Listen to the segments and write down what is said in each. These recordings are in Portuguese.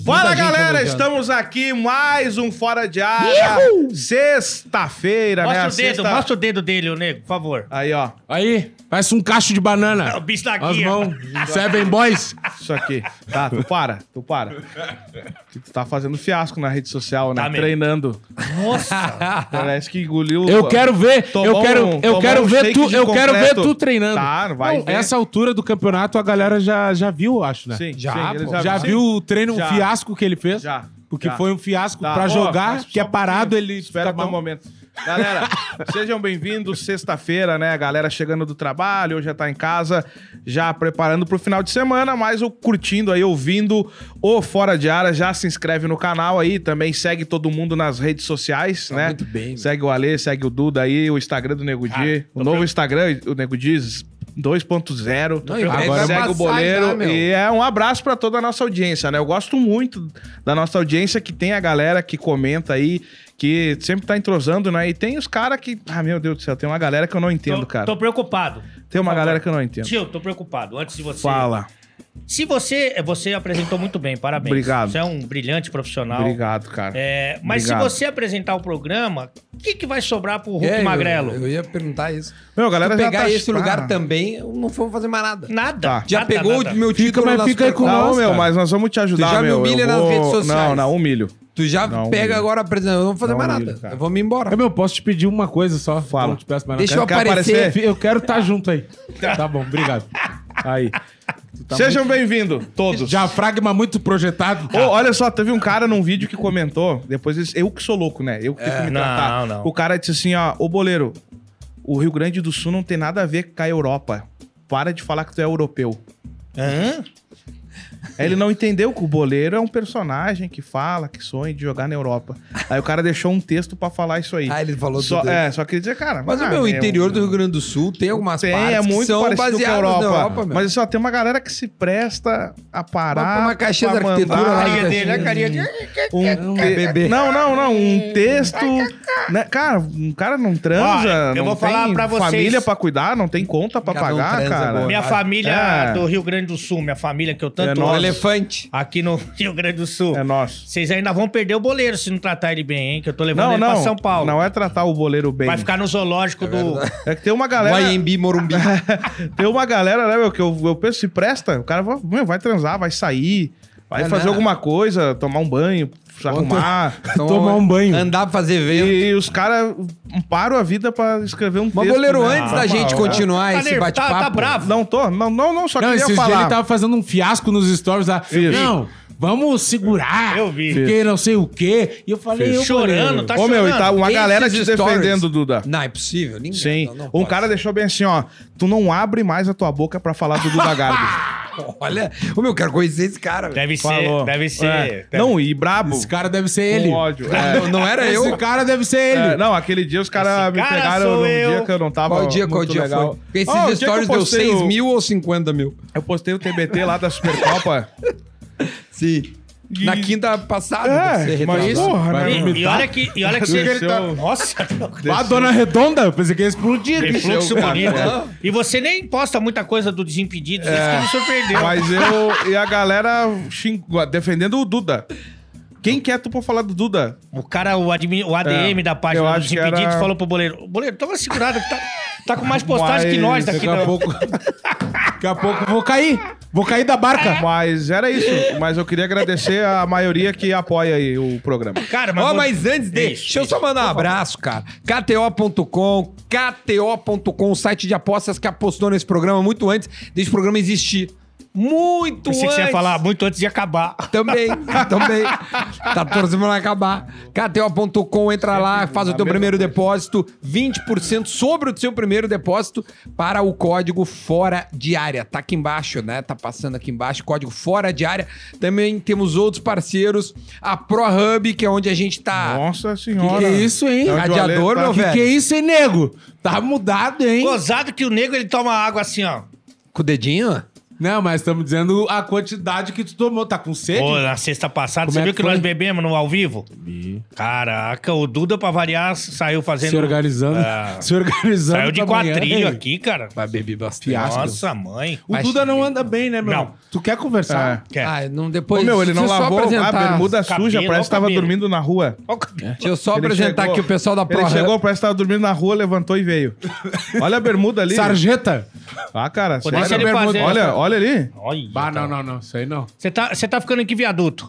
Fala, galera, estamos aqui, mais um Fora de Área. Sexta-feira, né? Mostra o dedo dele, o nego, por favor. Aí, ó. Aí, parece um cacho de banana. É o bicho da As guia. mãos, Seven Boys. Isso aqui. Tá, tu para. Tu tá fazendo fiasco na rede social, né? Tá mesmo. Treinando. Nossa. Parece que engoliu... Eu quero ver, Tomou eu quero um ver shake tu, de eu quero ver concreto. tu treinando. Tá, vai ver. Essa altura do campeonato a galera já viu, acho, né? Sim, já, sim, eles pô. já viu o treino, Já. o fiasco que ele fez? Já. Porque Já. foi um fiasco Tá. pra Ó, jogar, mas que é só um parado, pouquinho. ele Espera fica até um mal. momento. Galera, sejam bem-vindos. Sexta-feira, né? A galera chegando do trabalho, ou já tá em casa, já preparando pro final de semana, mas ou curtindo aí, ouvindo o Fora de Área. Já se inscreve no canal aí, também segue todo mundo nas redes sociais, né? muito bem, Segue o Ale, segue o Duda aí, o Instagram do Nego Di. O novo Instagram, o Nego Di 2.0. Não, e agora Segue vai o Boleiro. passar já, meu. E é um abraço pra toda a nossa audiência, né? Eu gosto muito da nossa audiência, que tem a galera que comenta aí, que sempre tá entrosando, né? E tem os caras que... Ah, meu Deus do céu, tem uma galera que eu não entendo, cara. Tô preocupado. Tem uma Por favor. galera que eu não entendo. Tio, tô preocupado. Antes de você... Fala. Se você apresentou muito bem, parabéns. Obrigado. Você é um brilhante profissional. Obrigado, cara. Mas Obrigado. se você apresentar o programa, o que vai sobrar pro Hulk Magrelo? Eu ia perguntar isso. Meu, a galera Se tu já pegar tá... esse lugar Ah. também, eu não vou fazer mais nada. Nada. Tá. Já Nada, pegou nada. o meu título mas na fica aí com Supercopa? Não, Nossa, meu, cara. mas nós vamos te ajudar, Tu já me meu. humilha Eu nas redes sociais. Não, humilho. Tu já Não, pega humilho. agora apresentando. Eu não vou fazer Não, mais humilho, nada. cara. Eu vou me embora. Meu, posso te pedir uma coisa só? Fala. Não te peço mais Deixa nada. eu Quer aparecer. aparecer? Eu quero estar junto aí. Tá bom, obrigado. Aí. Sejam bem-vindos, todos. Diafragma muito projetado. Ô, olha só, teve um cara num vídeo que comentou, depois eu que sou louco, né? Eu que tenho que me tratar. não. O cara disse assim, ó, ô Boleiro, o Rio Grande do Sul não tem nada a ver com a Europa. Para de falar que tu é europeu. Hã? Aí ele não entendeu que o Boleiro é um personagem que fala, que sonha de jogar na Europa. Aí o cara deixou um texto pra falar isso aí. Ah, ele falou só, tudo. Só queria dizer, cara... Mas o meu interior do Rio Grande do Sul tem algumas partes é muito que são parecido com a baseadas Europa. na Europa, meu. Mas só tem uma galera que se presta a parar... Uma caixinha pra da arquitetura mandar- lá A de carinha dele, a Caxias. carinha dele. bebê. Não. Um texto... né? Cara, um cara não transa, Olha, eu não vou tem falar pra vocês. família pra cuidar, não tem conta pra Cada um pagar, transa cara. agora. Minha família É. do Rio Grande do Sul, minha família que eu tanto É Um nóis. elefante. aqui no Rio Grande do Sul. É nosso. Vocês ainda vão perder o Boleiro se não tratar ele bem, hein? Que eu tô levando ele pra São Paulo. Não é tratar o Boleiro bem. Vai ficar no zoológico do... É que tem uma galera... Guaiembi, Morumbi. Tem uma galera, né, meu, que eu penso, se presta, o cara vai transar, vai sair, vai É, fazer né? alguma coisa, tomar um banho, se arrumar. Tomar um banho. Andar pra fazer evento. E os caras param a vida pra escrever um texto. Mas, Boleiro, né? antes da gente continuar Tá esse nervo- bate-papo... tá bravo? Não tô, não, só Não, queria esses dias falar. ele tava fazendo um fiasco nos stories lá. Isso. Não, vamos segurar. Eu vi. Porque não sei o quê. E eu falei, Chorando, tá Ô, meu, e tá uma Esses galera te stories- defendendo, Duda. Não, é possível. Ninguém. Sim. Não Um posso. cara deixou bem assim, ó. Tu não abre mais a tua boca pra falar do Duda Garbi. Olha, o meu, eu quero conhecer esse cara. Deve Falou. ser, deve ser. É. Deve- Não, e brabo. Esse cara deve ser ele. Com ódio. É. Não era Esse eu. cara deve ser ele. É, não, aquele dia os caras Esse me cara pegaram sou num eu. dia que eu não tava Qual dia muito legal. foi? Porque esses Ah, o dia que stories eu deu postei 6 o- mil ou 50 mil? Eu postei o TBT lá da Supercopa. Sim. Na quinta passada. É, você mas retrasado. porra, Vai né? vomitar. E olha que Desceu. você tá... Nossa, Ah, Dona Redonda, eu pensei que ia explodir. que fluxo cara. bonito. É. E você nem posta muita coisa do Desimpedidos, isso que me surpreendeu. Mas e a galera defendendo o Duda. Quem quer tu pra falar do Duda? O cara, o ADM da eu página do acho que Desimpedidos era- falou pro Boleiro, Boleiro, toma segurada que tá com mais postagem que nós daqui. Daqui a pouco... Daqui a pouco eu vou cair. Vou cair da barca. Mas era isso. Mas eu queria agradecer a maioria que apoia aí o programa. Cara, Ó, vou- mas antes de... Isso, deixa eu só isso. mandar um abraço, cara. KTO.com, o site de apostas que apostou nesse programa muito antes desse programa existir. Muito Pensei que antes. você ia falar muito antes de acabar. Também. Tá torcendo pra acabar. KTO.com, entra lá, faz o teu primeiro depósito, 20% sobre o seu primeiro depósito para o código Fora de Área. Tá aqui embaixo, né? Tá passando aqui embaixo, código Fora de Área. Também temos outros parceiros, a ProHub, que é onde a gente tá... Nossa senhora. Que é isso, hein? É onde o Ale Radiador, tá- meu velho. Que é isso, hein, nego? Tá mudado, hein? Gozado que o nego, ele toma água assim, ó. Com o dedinho? Não, mas estamos dizendo a quantidade que tu tomou. Tá com sede? Pô, na sexta passada, Como você é viu que que nós foi? bebemos no ao vivo? Caraca, o Duda, pra variar, saiu fazendo... Se organizando. Ah, Se organizando. saiu de pra amanhã. quatrilho Ei, aqui, cara. Vai beber bastante. Fiasco. Nossa, mãe. O Duda não anda bem, né, meu? Não. Tu quer conversar? Quer. Ah, não, Ô, depois... meu, ele não deixa eu só lavou a apresentar- bermuda Cabelo, suja, ó parece o que tava cabelo. dormindo na rua. Ó o cabelo. Deixa eu só Ele apresentar chegou- aqui o pessoal da Ele Pro chegou, parece que tava dormindo na rua, levantou e veio. Olha a bermuda ali. Sarjeta? Ah, cara, Pô, sério. deixa ele bermuda. fazer. Olha ali. Olha, Bah, tá. não. Isso aí não. Você tá ficando em que viaduto?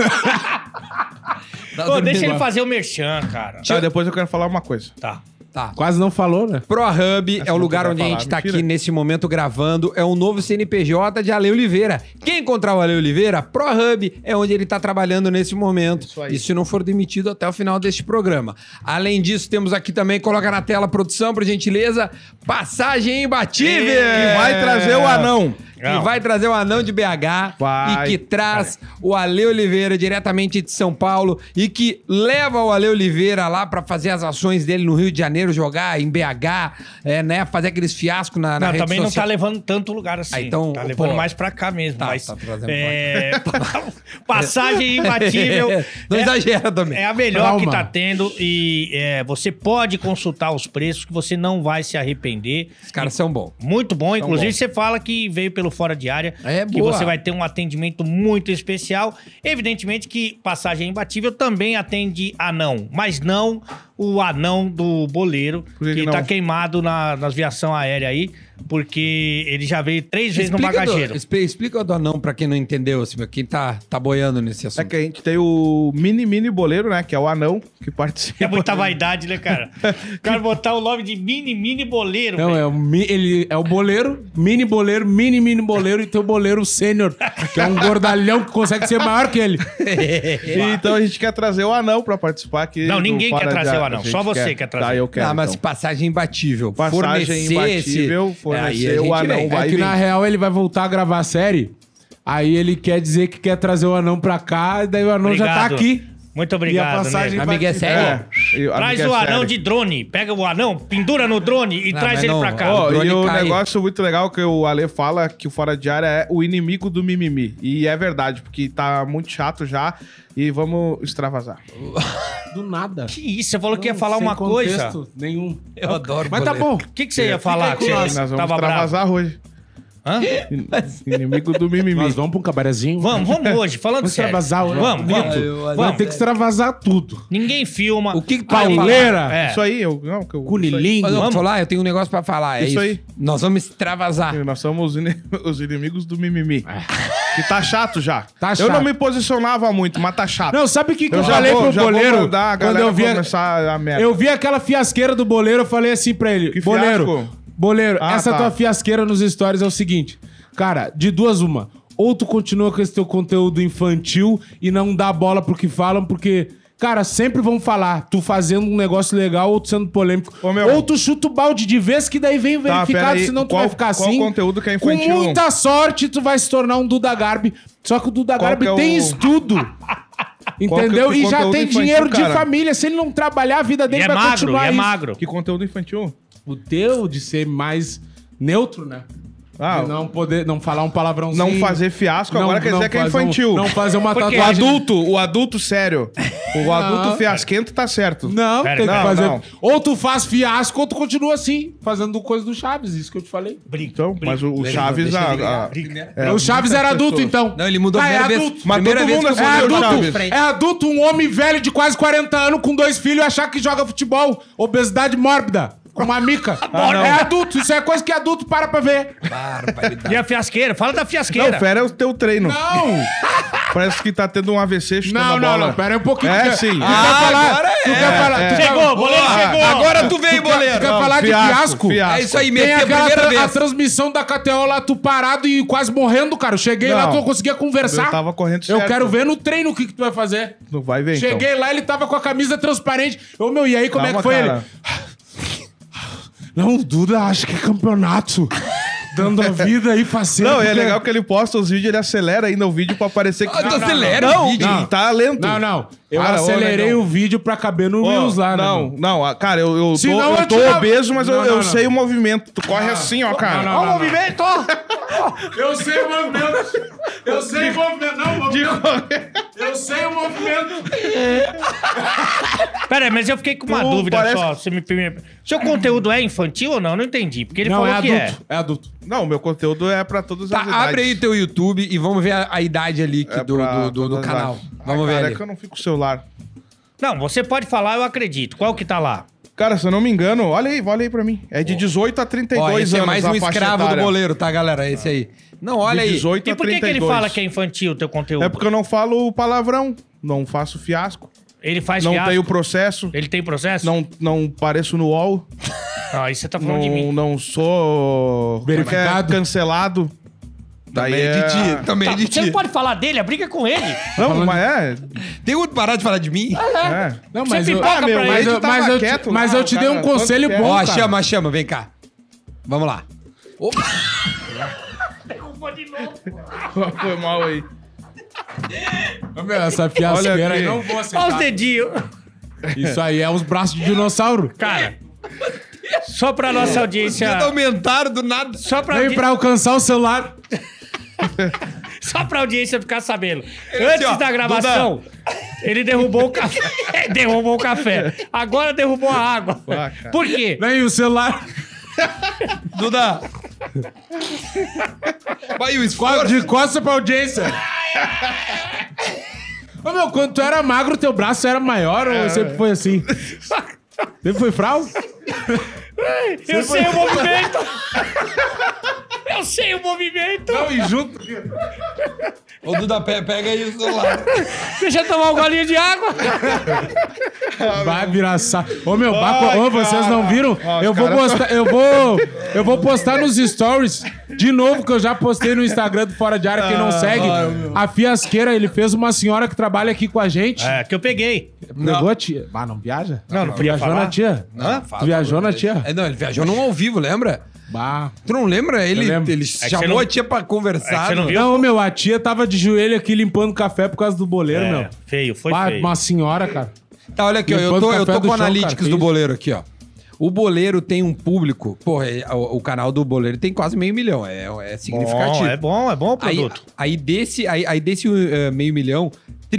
Tá Pô, deixa dormindo. ele fazer o merchan, cara. Tá, depois eu quero falar uma coisa. Tá. Tá. Quase não falou, né? Essa ProHub é o não lugar vai onde a falar, gente tá mentira. aqui nesse momento gravando. É o novo CNPJ de Ale Oliveira. Quem encontrar o Ale Oliveira, ProHub é onde ele tá trabalhando nesse momento. Isso aí. E se não for demitido até o final deste programa. Além disso, temos aqui também, coloca na tela, produção, por gentileza, Passagem Imbatível. E vai trazer o anão. Que vai trazer o anão de BH Vai. e que traz o Ale Oliveira diretamente de São Paulo e que leva o Ale Oliveira lá pra fazer as ações dele no Rio de Janeiro, jogar em BH, né? Fazer aqueles fiascos na Não, rede também não social. tá levando tanto lugar assim. Ah, então, tá levando pô, mais pra cá mesmo. tá, mas, tá trazendo passagem imbatível. Não exagera também. É a melhor Calma. que tá tendo e você pode consultar os preços que você não vai se arrepender. Os caras são bons. Muito bom. Inclusive, bom. você fala que veio pelo Fora de Área. É que boa. você vai ter um atendimento muito especial. Evidentemente que Passagem Imbatível também atende anão, mas não o anão do boleiro, Por que que não? tá queimado nas viação aérea aí, porque ele já veio 3 vezes no bagageiro. Explica o do anão pra quem não entendeu, assim, quem tá boiando nesse É assunto. que a gente tem o mini boleiro, né? Que é o anão que participa. É muita vaidade, né, cara? O cara botar o nome de mini boleiro, Não, velho. ele é o boleiro, mini boleiro e tem o boleiro sênior, que é um gordalhão que consegue ser maior que ele. Então a gente quer trazer o anão pra participar aqui. Não, do ninguém Fora quer de trazer Área. o anão, A gente só você quer trazer. Tá, eu quero. Ah, mas então. passagem imbatível. Passagem imbatível, fornecer o anão É vai que vir. na real ele vai voltar a gravar a série, aí ele quer dizer que quer trazer o anão pra cá, e daí o anão já tá Obrigado. aqui. Muito E a obrigado, passagem né? Amiga, é sério? É, Traz amiga, o é anão sério. de drone. Pega o anão, pendura no drone e Não, traz mas ele não, pra cá. ó, Ó, drone e o cai. negócio muito legal que o Ale fala que o Fora de Área é o inimigo do mimimi. E é verdade, porque tá muito chato já e vamos extravasar. Do nada. Que isso? Você falou que ia falar Sem uma coisa. contexto nenhum. Eu adoro Mas tá boleiro. bom. O que você ia falar? aí Que com nós. você Nós vamos tava bravo? extravasar hoje. Hã? Inimigo do mimimi. Nós vamos pra um cabarezinho? Vamos hoje, falando Vamos sério. extravasar hoje. Vamos, vamos. Vai Vamos. ter que extravasar tudo. Ninguém filma. O que tu vai falar? Pauleira, É. Isso aí, eu... Não, que eu cunilinho. Mas eu vou Vamos? falar, eu tenho um negócio pra falar. É Isso isso. aí. Nós vamos extravasar. Nós somos os inimigos do mimimi. Que tá chato já. Tá Eu chato. não me posicionava muito, mas tá chato. Não, sabe o que eu já falei vou- pro já vou boleiro? mandar a Quando galera eu vi, começar a merda. eu vi aquela fiasqueira do boleiro, eu falei assim pra ele: Que boleiro, fiasco? boleiro, Ah, essa tá. tua fiasqueira nos stories é o seguinte. Cara, de duas uma. Ou tu continua com esse teu conteúdo infantil e não dá bola pro que falam, porque, cara, sempre vão falar, tu fazendo um negócio legal ou tu sendo polêmico. Ô, meu. Ou tu chuta o balde de vez que daí vem Tá, verificado, pera aí. senão tu Qual- vai ficar qual assim. conteúdo que é infantil? Com muita sorte, tu vai se tornar um Duda Garbi. Só que o Duda Qual Garbi que é tem o- estudo. Entendeu? que E já conteúdo tem infantil, dinheiro de cara? família. Se ele não trabalhar, a vida E dele é vai magro, continuar e é isso. magro. Que conteúdo infantil? O teu de ser mais neutro, né? Ah, De não falar um palavrãozinho. não fazer fiasco, agora quer dizer que é fazer infantil. não fazer uma Porque O tatuagem. adulto sério. O adulto fiasquento tá certo. Não, Pera, tem que não, fazer. não. Ou tu faz fiasco, ou tu continua assim, fazendo coisa do Chaves, isso que eu te falei. Então, mas o Chaves... deixa ele O Chaves era adulto, pessoas. então. Não, ele mudou a Ah, é primeira vez. adulto. Mas Primeira todo vez mundo que eu é É vou adulto, no adulto, Chaves. é adulto, um homem velho de quase 40 anos com 2 filhos e achar que joga futebol. Obesidade mórbida. Com uma mica. não. É adulto, isso é coisa que adulto para pra ver. E a fiasqueira? Fala da fiasqueira. Não, fera é o teu treino. Não! Parece que tá tendo um AVC chutando a Não, bola. não, pera aí um pouquinho. É, Tu quer- sim. Tu quer Ah, falar? agora Tu é. quer falar? É. Tu quer- Chegou, o boleiro chegou. Agora tu veio, Tu boleiro. quer falar de fiasco? É isso aí, Tem meteu a aquela primeira a vez. transmissão da KTO lá, tu parado e quase morrendo, cara. Eu cheguei lá, Não. tu não conseguia conversar. Eu tava correndo Eu certo. quero ver no treino o que tu vai fazer. Não vai ver, então. Cheguei lá, ele tava com a camisa transparente. Ô, meu, e aí como é Calma, que foi cara. ele? Não, o Duda acha que é campeonato. Dando a vida aí, fazendo. Não, é legal que ele posta os vídeos, ele acelera ainda o vídeo pra parecer que... Ah, tu acelera o vídeo? Não, tá lento. Não. Eu Cara, acelerei ô, o vídeo pra caber no Reels lá, né? Não, cara, eu Senão tô eu tirava- obeso, mas Não, eu não. sei o movimento. Tu corre assim, ó, cara. não, Olha o não. movimento! Eu sei o movimento. Eu sei o movimento. Não, o movimento. Eu sei o movimento. Pera aí, mas eu fiquei com uma Tu dúvida parece- só. Você me permite. Seu conteúdo é infantil ou não? Não entendi. Porque ele Não, falou é que adulto. É adulto. Não, meu conteúdo é pra todas Tá, as idades. abre aí teu YouTube e vamos ver a idade ali É do pra do todas as canal. idades. Vamos ver cara, ali. É que eu não fico com o celular. Não, você pode falar, eu acredito. Qual que tá lá? Cara, se eu não me engano, olha aí pra mim. É de 18 a 32 Ó, esse anos é mais a um faixa escravo do etária. boleiro, tá, galera? Esse aí. Não, olha De aí. 18 E a por que 32. ele fala que é infantil o teu conteúdo? É porque eu não falo palavrão, não faço fiasco, Ele faz não fiasco? tenho processo, Ele tem processo? não pareço no UOL, Ah, aí você tá falando de mim. não sou Verificado. cancelado. Daí Também é de ti. Também Tá, é de você não ti. pode falar dele, a briga é com ele. Não, mas Tem como parar de falar de mim? é. Não, Você mas eu... pipoca pra Mas ele. eu, mas eu, quieto mas lá, eu te dei um cara, conselho quanto bom, Ó, cara. chama, vem cá. Vamos lá. Opa. Foi mal aí. Ô, meu, essa fiasqueira Olha aí aqui. não vou Olha os aceitar. dedinhos. Isso aí é uns braços de dinossauro. Cara, só pra nossa audiência... Dedo aumentaram do nada. Só pra, Vem pra alcançar o celular. só pra audiência ficar sabendo. Esse, Antes ó, da gravação, ele derrubou o café. Derrubou o café. Agora derrubou a água. Ah, cara. Por quê? Vem o celular. Duda. Vai o esforço. De costas pra audiência. Ô, meu, quando tu era magro, teu braço era maior ou sempre foi assim? Sempre foi frau? Eu sei o movimento. Eu sei o movimento. Não, e junto. Ô, Duda, pega aí o celular. Deixa eu tomar um golinho de água. Vai virar saco. Ô, meu, Ai, ô, vocês cara. não viram? Ó, Eu vou cara. postar, eu vou postar nos stories de novo, que eu já postei no Instagram do Fora de Área, quem não segue. A Fiasqueira, ele fez uma senhora que trabalha aqui com a gente. É, que eu peguei. Pegou a tia. Ah, não viaja? Não podia Viajou falar. na tia. Hã? Tu viajou na tia? É, não, ele viajou num ao vivo, lembra? Bah. Tu não lembra? Ele lembro. ele que chamou você não- a tia pra conversar. você não meu. viu? Não, meu, a tia tava de joelho aqui limpando café por causa do boleiro, É, meu. feio, foi Bah, feio. uma senhora, cara. Tá, olha aqui, ó, eu Limpando tô o café com do o chão, Analytics cara, que do isso? boleiro aqui, ó. O boleiro tem um público. Porra, o canal do boleiro tem quase 500 mil. É significativo. Bom, é bom o produto. Aí desse 500 mil,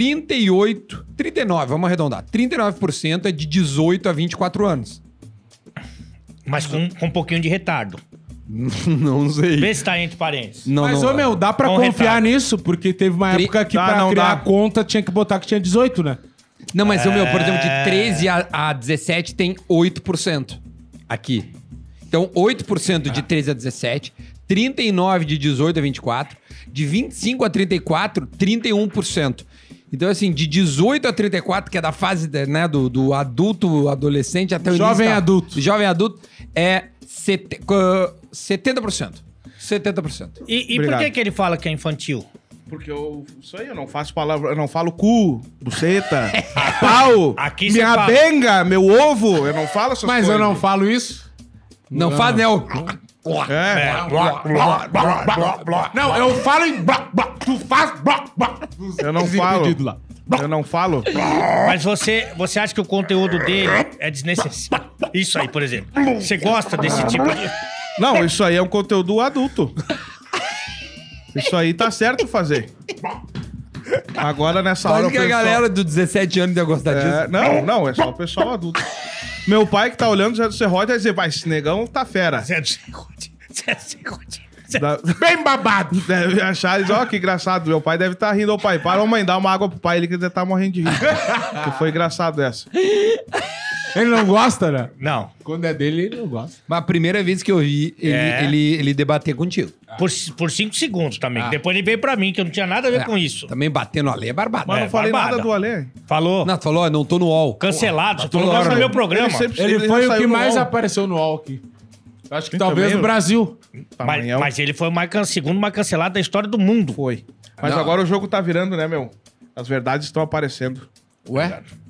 39, vamos arredondar. 39% é de 18 a 24 anos. Mas com um pouquinho de retardo. Não sei. Vê se tá entre parênteses. Não, Mas, não. ô, meu, dá pra Com confiar retardo. nisso, porque teve uma época que Dá, pra não criar dá. a conta tinha que botar que tinha 18, né? Não, mas o meu, por exemplo, de 13 a 17 tem 8% aqui. Então, 8% de 13 a 17, 39 de 18 a 24, de 25 a 34, 31%. Então, assim, de 18 a 34, que é da fase né, do adulto, adolescente até o Jovem início. adulto. Jovem adulto é 70%. 70%. E por Obrigado. que ele fala que é infantil? Porque isso aí, eu não faço palavra, eu não falo cu, buceta, pau, Aqui cê minha fala. benga, meu ovo, eu não falo essas Mas coisas. eu não falo isso. Não faz, né? O... É. Não, eu falo em... Tu faz... Eu não falo. Dividido lá. Eu não falo. Mas você acha que o conteúdo dele é desnecessário? Isso aí, por exemplo. Você gosta desse tipo de... Não, isso aí é um conteúdo adulto. Isso aí tá certo fazer. Agora nessa hora Quase o que a pessoal- galera dos 17 anos ia gostar disso. Não, é só o pessoal adulto. Meu pai que tá olhando Zé do Serrote vai dizer, vai, esse negão tá fera. Zé do Serrote. Zé do Serrote. Bem babado. Deve achar, eles, ó, que engraçado. Meu pai deve estar rindo. Ô pai, para, ô mãe, dá uma água pro pai, ele que deve tá morrendo de rir. Que foi engraçado essa. Ele não gosta, né? Não. Quando é dele, ele não gosta. Mas a primeira vez que eu vi ele debater contigo. Por 5 segundos também. Depois ele veio pra mim, que eu não tinha nada a ver com isso. Também batendo a lei é barbado. Mas É, não falei barbada. nada do Alê. Falou. Não, tu falou, ó, não tô no UOL. Cancelado. Você Toda falou hora. no meu programa. Ele já foi o saiu que no mais UOL. apareceu no UOL aqui. Acho que Sim, talvez também. no Brasil. Tamanhão. Mas ele foi o segundo mais cancelado da história do mundo. Foi. Mas Não. agora o jogo tá virando, né, meu? As verdades estão aparecendo. Ué?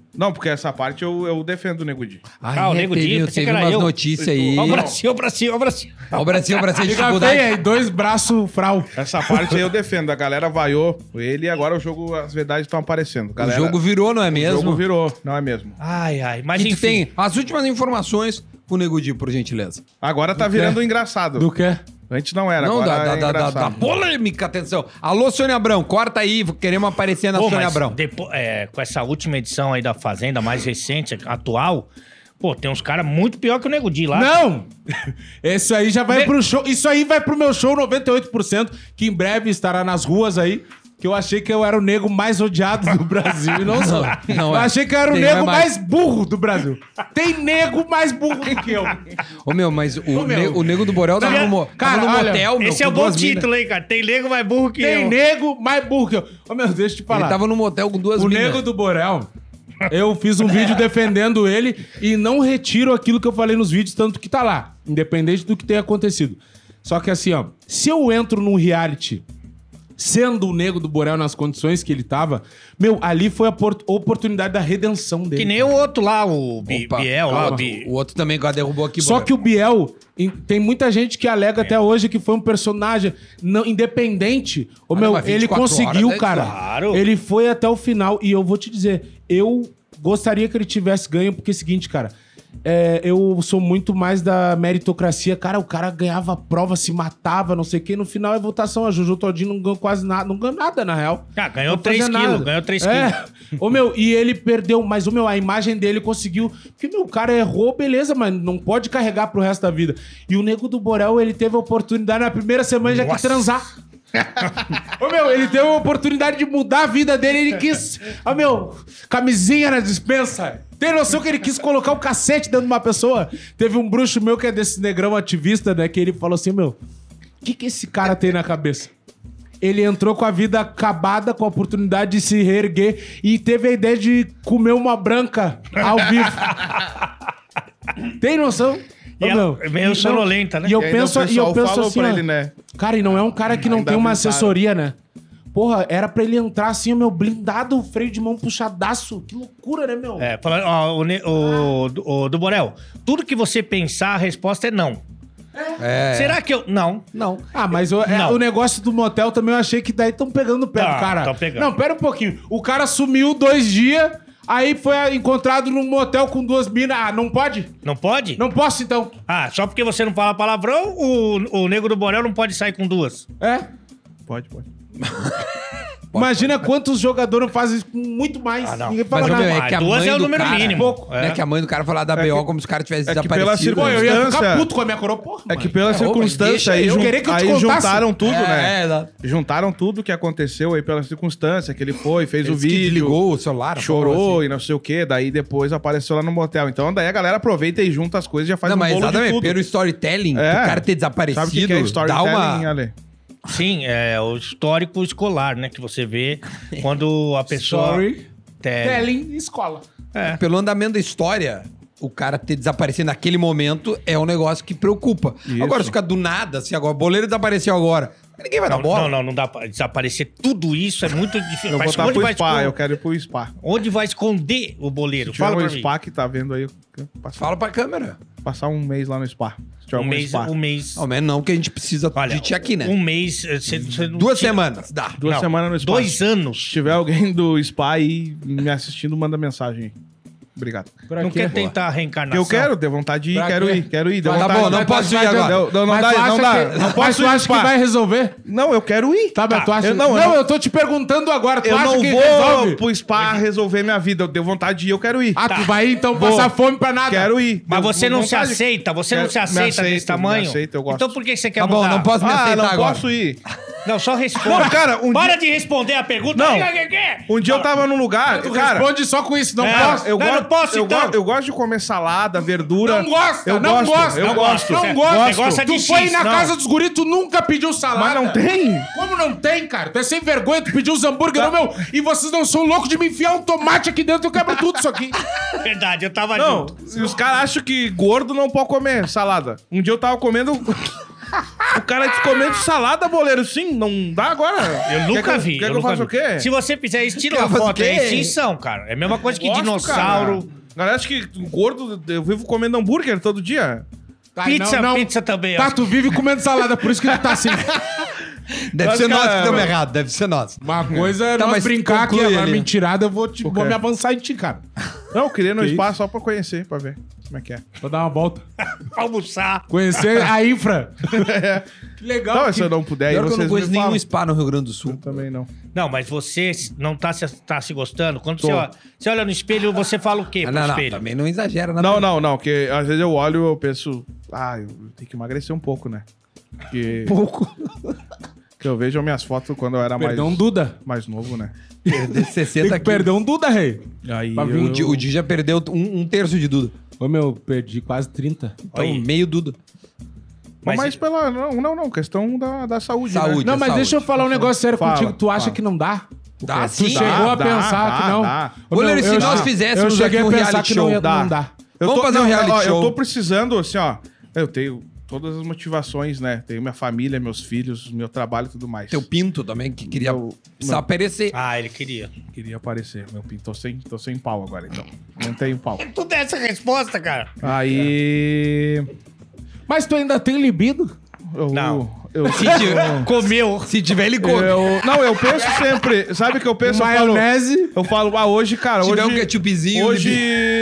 Não, porque essa parte eu defendo o Nego Di. O Nego Di, pensei que era umas eu. notícias aí. Ó o Brasil. Ó o Brasil de Fica dificuldade. bem aí, 2 braços frau. Essa parte aí eu defendo. A galera vaiou ele e agora o jogo, as verdades estão aparecendo. O jogo virou, não é O mesmo? jogo virou, não é mesmo? Ai, mas A gente enfim. tem as últimas informações pro Nego Di, por gentileza. Agora tá virando engraçado. Do quê? Antes não era, Não, agora é da engraçado. polêmica, atenção. Alô, Sônia Abrão, corta aí, queremos aparecer na Pô, Sônia mas Abrão. com essa última edição aí da Fazenda, mais recente, atual, pô, tem uns caras muito pior que o Nego Di lá. Não! Esse aí já vai pro show. Isso aí vai pro meu show 98%, que em breve estará nas ruas aí. Que eu achei que eu era o nego mais odiado do Brasil. E não sou. Não Eu é. achei que eu era o Tem nego mais- mais burro do Brasil. Tem nego mais burro do que eu. Ô, meu, mas o meu. Nego do Borel tava Cara, no olha, motel, meu, Esse é com o bom 2 minas. título, hein, cara? Tem nego mais burro que Tem eu. nego mais burro que eu. Ô, meu, deixa eu te falar. Ele tava no motel com 2 O minas. Nego do Borel, eu fiz um vídeo defendendo ele e não retiro aquilo que eu falei nos vídeos, tanto que tá lá, independente do que tenha acontecido. Só que assim, ó, se eu entro num reality sendo o Nego do Borel nas condições que ele tava, meu, ali foi a oportunidade da redenção dele. Que nem o outro lá, o Opa, Biel lá. calma. O outro também agora derrubou aqui. Só Borel. que o Biel, tem muita gente que alega até hoje que foi um personagem não, independente. Ô, meu, mas ele 24 conseguiu, horas, cara. claro. Ele foi até o final. E eu vou te dizer, eu gostaria que ele tivesse ganho, porque é o seguinte, cara. Eu sou muito mais da meritocracia. Cara, o cara ganhava prova, se matava, não sei o quê. No final é votação. A Jojo Todinho não ganhou quase nada. Não ganhou nada, na real. Ah, ganhou Não fazia 3 quilos, nada. ganhou 3 Ô, meu, e ele perdeu. Mas, ô, meu, a imagem dele conseguiu... Porque, meu, o cara errou, beleza, mas não pode carregar pro resto da vida. E o Nego do Borel, ele teve a oportunidade na primeira semana já que transar. Ô, meu, ele teve a oportunidade de mudar a vida dele. Ele quis... Ô, meu, camisinha na dispensa. Tem noção que ele quis colocar o cacete dentro de uma pessoa? Teve um bruxo meu que é desse negrão ativista, né? Que ele falou assim, meu... O que esse cara tem na cabeça? Ele entrou com a vida acabada, com a oportunidade de se reerguer e teve a ideia de comer uma branca ao vivo. Tem noção? E ela é meio sonolenta, né? E eu E ainda penso, o pessoal falou assim, pra ó, ele, né? cara, e não é um cara que não Ainda tem uma avisaram. assessoria, né? Porra, era pra ele entrar assim, o meu blindado, freio de mão puxadaço. Que loucura, né, meu? Falando, ó, o do Borel, tudo que você pensar, a resposta é não. Será que eu... Não. Não. Ah, mas Não. o negócio do motel também eu achei que daí estão pegando o pé Tá, do cara. tão pegando. Não, pera um pouquinho. O cara sumiu 2 dias, aí foi encontrado num motel com 2 minas. Ah, não pode? Não pode? Não posso, então. Ah, só porque você não fala palavrão, o Nego do Borel não pode sair com 2. É? Pode. Imagina quantos jogadores fazem isso com muito mais. Ah, não. Ninguém fala Mas, nada. meu, é que a 2 mãe é o do número cara... mínimo. pouco. É. Né, que a mãe do cara falar da BO como se o cara tivesse é que pela desaparecido. Pô, eu ia ficar circunstância- puto com a minha coroa, porra. É que pela mas circunstância deixa aí, eu querer que eu te aí contasse. juntaram tudo, né? exato. Juntaram tudo que aconteceu aí pela circunstância, que ele foi, fez o Esse que vídeo, desligou o celular. chorou assim. e não sei o quê, daí depois apareceu lá no motel. Então daí a galera aproveita e junta as coisas e já faz Não, um mas bolo de exatamente, tudo. pelo storytelling, É. o cara ter desaparecido, Sabe o que é dá storytelling, uma... Ale? Sim, é o histórico escolar, né? Que você vê quando a pessoa... Story. É, Telling escola. Pelo andamento da história, o cara ter desaparecido naquele momento é um negócio que preocupa. Isso. Agora, se ficar do nada, assim, agora, o boleiro desapareceu agora, ninguém vai dar bola. não dá pra desaparecer tudo isso, é muito difícil. Eu vou Mas botar onde pro vai spa, esconder- eu quero ir pro spa. Onde vai esconder o boleiro? Se tiver Fala um pra mim. spa que tá vendo aí, eu quero Fala pra câmera. passar um mês lá no spa. Se tiver Um algum mês, spa. um mês. Ao menos não, que a gente precisa Olha, de ti aqui, né? Um mês. Você não 2 tira- semanas, dá. 2 Não, semanas no spa. 2 Se anos. tiver alguém do spa aí me assistindo, manda mensagem aí. Obrigado. Pra Não quê? quer tentar a Que reencarnação? eu quero, deu vontade de ir, Pra quero quê? ir, deu Tá vontade. bom, não posso ir agora. Não Mas dá, tu não acha dá. que- Não Mas posso tu ir acha que spa. vai resolver? Não, eu quero ir. Tá, mas tu acha... eu Não, não- eu tô te perguntando agora. Tu Eu acha não que vou resolve? pro spa resolver minha vida. Eu deu vontade de ir, eu quero ir. Ah, tu vai então Vou. passar fome pra nada. Quero ir. Mas Deu você não se vontade. aceita? Você não Quero- se me aceita aceito, desse tamanho? me aceito, eu gosto. Então por que você quer Tá bom, mudar? não posso me aceitar não agora. posso ir. Não, só responde. Não, cara, Para de responder a pergunta. Não. Quer? Um dia eu tava num lugar, Tu cara... responde só com isso, não É, posso. Eu Não, gosto, não posso, eu, então. eu gosto de comer salada, verdura. Não gosta, eu não gosto, gosta. eu Não gosto. gosta. Não gosta. Você gosta de Tu foi X, na não. casa dos guris, tu nunca pediu salada. Mas não tem? Como não tem, cara? Tu é sem vergonha, tu pediu os hambúrguer, não, meu. E vocês não são loucos de me enfiar um tomate aqui dentro, eu quebro tudo isso aqui. Verdade, eu tava Não, junto. e os caras acham que gordo não pode comer salada. Um dia eu tava comendo O cara te comendo salada, boleiro, sim, não dá agora? Eu nunca vi. Quer que eu faça o quê? Se você fizer isso, tira Quer uma fazer o foto, quê? é extinção, cara. É a mesma coisa que Gosto, dinossauro. cara. Galera, acho que gordo, eu vivo comendo hambúrguer todo dia. Ai, Pizza também. Tá, ó. tu vive comendo salada, por isso que tu tá assim. Deve Mas, ser nós cara, que estamos mano. errados, deve ser nós. Uma coisa é Tá, nós mas brincar aqui, conclui agora ali. mentirada, eu vou quê? me avançar em ti, cara. Não, eu queria ir no Que espaço só pra conhecer, pra ver como é que é. Vou dar uma volta. Almoçar. Conhecer a infra. Que legal. Não, se eu não puder, aí Pior que eu vocês não conheço me falam. nenhum spa no Rio Grande do Sul. Eu também não. Não, mas você não tá se gostando? Quando Tô. você olha no espelho, você fala o quê pro Não, espelho? também não exagera. Não, porque às vezes eu olho e eu penso, eu tenho que emagrecer um pouco, né? Porque Pouco. que eu vejo minhas fotos quando eu era Perdeu um Duda. mais novo, né? Perder Tem 60 que perder um Duda, rei. Aí Pra vir O Di já perdeu um terço de Duda. Ô, meu, perdi quase 30. Então, Aí. meio Duda. Mas pela... Não, questão da saúde, Saúde. né? Não, mas saúde. deixa eu falar um negócio sério Fala, contigo. Tu acha fala. que não dá? Dá Tu sim. chegou a pensar que não? dá. Ô, Goleiro, se eu nós che- fizéssemos eu cheguei aqui a um pensar reality que não, show, ia, dá. não dá. Vamos fazer um reality Eu show. tô precisando, assim, ó. Eu tenho todas as motivações, né? Tenho minha família, meus filhos, meu trabalho e tudo mais. Teu pinto também, que queria Não. aparecer. Ah, ele queria. Queria aparecer, meu pinto. Tô sem pau agora, então. Não tenho pau. Tu dá essa resposta, cara. Aí... Mas tu ainda tem libido? Não. Comeu. Se tiver, ele come. Eu penso sempre... Sabe o que eu penso? Maionese. Eu falo, hoje, cara, Se tiver hoje... um ketchupzinho, Hoje...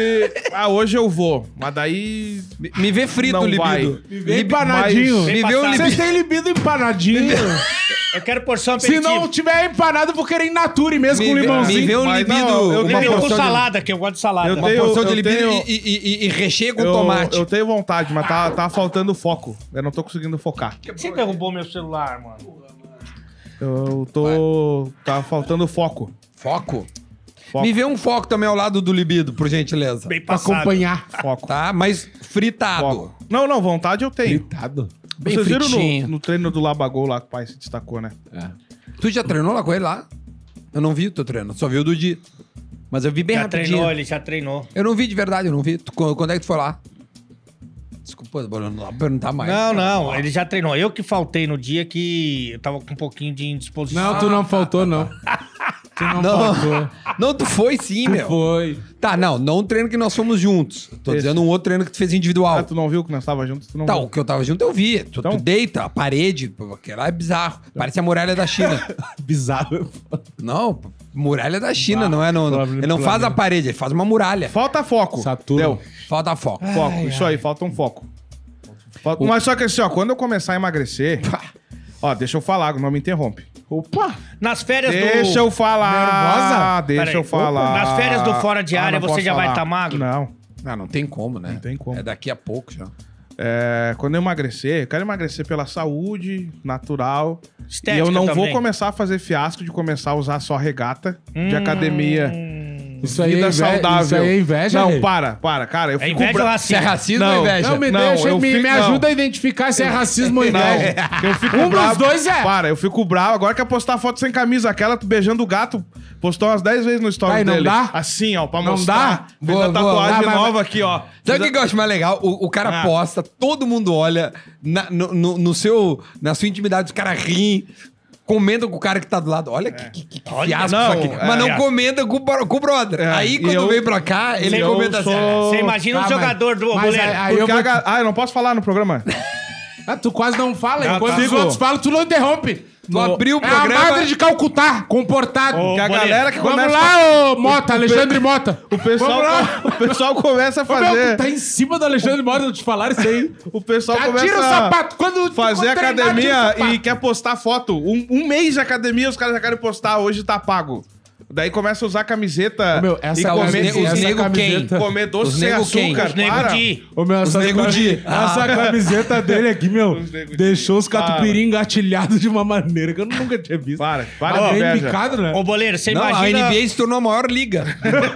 hoje eu vou. Mas daí... Me vê frito, Não libido. vai. Me vê empanadinho. Bem Me vê um passado. Vocês libido. têm libido empanadinho? Eu quero porção Se aperitivo. não tiver empanado, eu vou querer in natura mesmo Me com vê- limãozinho. me vê um Mas libido. não, eu Eu tenho- com salada, que eu gosto de salada. Eu Uma tenho- porção de eu libido tenho- e recheio com tomate. Eu tenho vontade, mas tá faltando foco. Eu não tô conseguindo focar. Você derrubou meu celular, mano. Eu tô... Tá faltando foco. Foco? Foco. Me vê um foco também ao lado do libido, por gentileza. Bem Pra passado. acompanhar. Foco. Tá? Mas fritado. Foco. Não, vontade eu tenho. Fritado. Bem Vocês viram fritinho. no treino do Labagol lá que o pai se destacou, né? Tu já treinou lá com ele lá? Eu não vi o teu treino, só vi o do Di. Mas eu vi bem Já rapidinho. treinou, ele já treinou. Eu não vi de verdade, eu não vi. Quando é que tu foi lá? Desculpa, Bruno, não dá pra perguntar mais. Não, ele já treinou. Eu que faltei no dia que eu tava com um pouquinho de indisposição. Não, tu não faltou, não. Tu não, Não. faltou. Não, tu foi sim, Tu meu. foi. Tá, não um treino que nós fomos juntos. Tô Esse. dizendo um outro treino que tu fez individual. Ah, tu não viu que nós tava juntos? Tu não Tá, viu. o que eu tava junto eu vi. Tu Então? deita, a parede, porque lá é bizarro. Parece a muralha da China. Bizarro. Não, muralha da China, não é? Ele não faz a parede, ele faz uma muralha. Falta foco. Saturno. Deu. Falta foco. Foco. Isso aí, falta um foco. Mas só que assim, ó, quando eu começar a emagrecer... Ó, deixa eu falar, não me interrompe. Opa. Nas férias Deixa eu falar. Nervosa? Deixa Peraí. eu falar. Nas férias do Fora de Área, não você posso já vai falar. tá magro? Não. Ah, não tem como, né? Não tem como. É daqui a pouco já. Quando eu emagrecer, eu quero emagrecer pela saúde, natural. Estética e eu não vou também. começar a fazer fiasco de começar a usar só regata de academia. Isso aí, Vida é saudável. Isso aí é inveja, Não, rei? para, cara. Eu É fico inveja ou bravo. Se é racismo? racismo Não, ou inveja? Não, me Não, deixa, eu me fico- ajuda não. a identificar se é racismo ou inveja. Não, eu fico Um dos bravo. dois é. Para, eu fico bravo. Agora quer postar foto sem camisa. Aquela tu beijando o gato. Postou umas 10 vezes no story Ai, não dele. dá? Assim, ó, pra Não mostrar. Fez Boa, a boa. tatuagem Não, mas- nova aqui, ó. Sabe o que eu acho mais legal? O cara Ah. posta, todo mundo olha, no seu, na sua intimidade, os caras riem, comentam com o cara que tá do lado. Olha que Olha, fiasco não, isso aqui. é. Mas não comenta com o brother. Aí, e quando eu- vem pra cá, ele eu comenta assim. sou- Você imagina um Ah, jogador do mas goleiro. aí eu Porque vou... eu não posso falar no programa. Ah, tu quase não fala. Não, Enquanto os consigo. outros falam, tu não interrompe. Tu abriu o É a programa... madre de Calcutá, comportado. Que a Boleiro, galera que Vamos começa... lá, ô Mota, Alexandre Mota. O pessoal, Vamos lá. o pessoal começa a Ô, meu, fazer... tu tá em cima do Alexandre Mota, eu te falaram isso aí. O pessoal Já começa tira o a sapato. Quando fazer quando treinar, tira o academia sapato. e quer postar foto. Um mês de academia, os caras já querem postar. Hoje tá pago. Daí começa a usar camiseta Meu, essa e Tá, comer, essa nego camiseta- comer doce Os sem nego quem? açúcar. Os nego Para. de... Ô, meu, essa, nego de- essa camiseta dele aqui, meu, Os nego de- deixou os Para. catupiry engatilhados de uma maneira que eu nunca tinha visto. Para Ah, de bem inveja. picado, né? Ô, boleiro, você Não, imagina... a NBA se tornou a maior liga.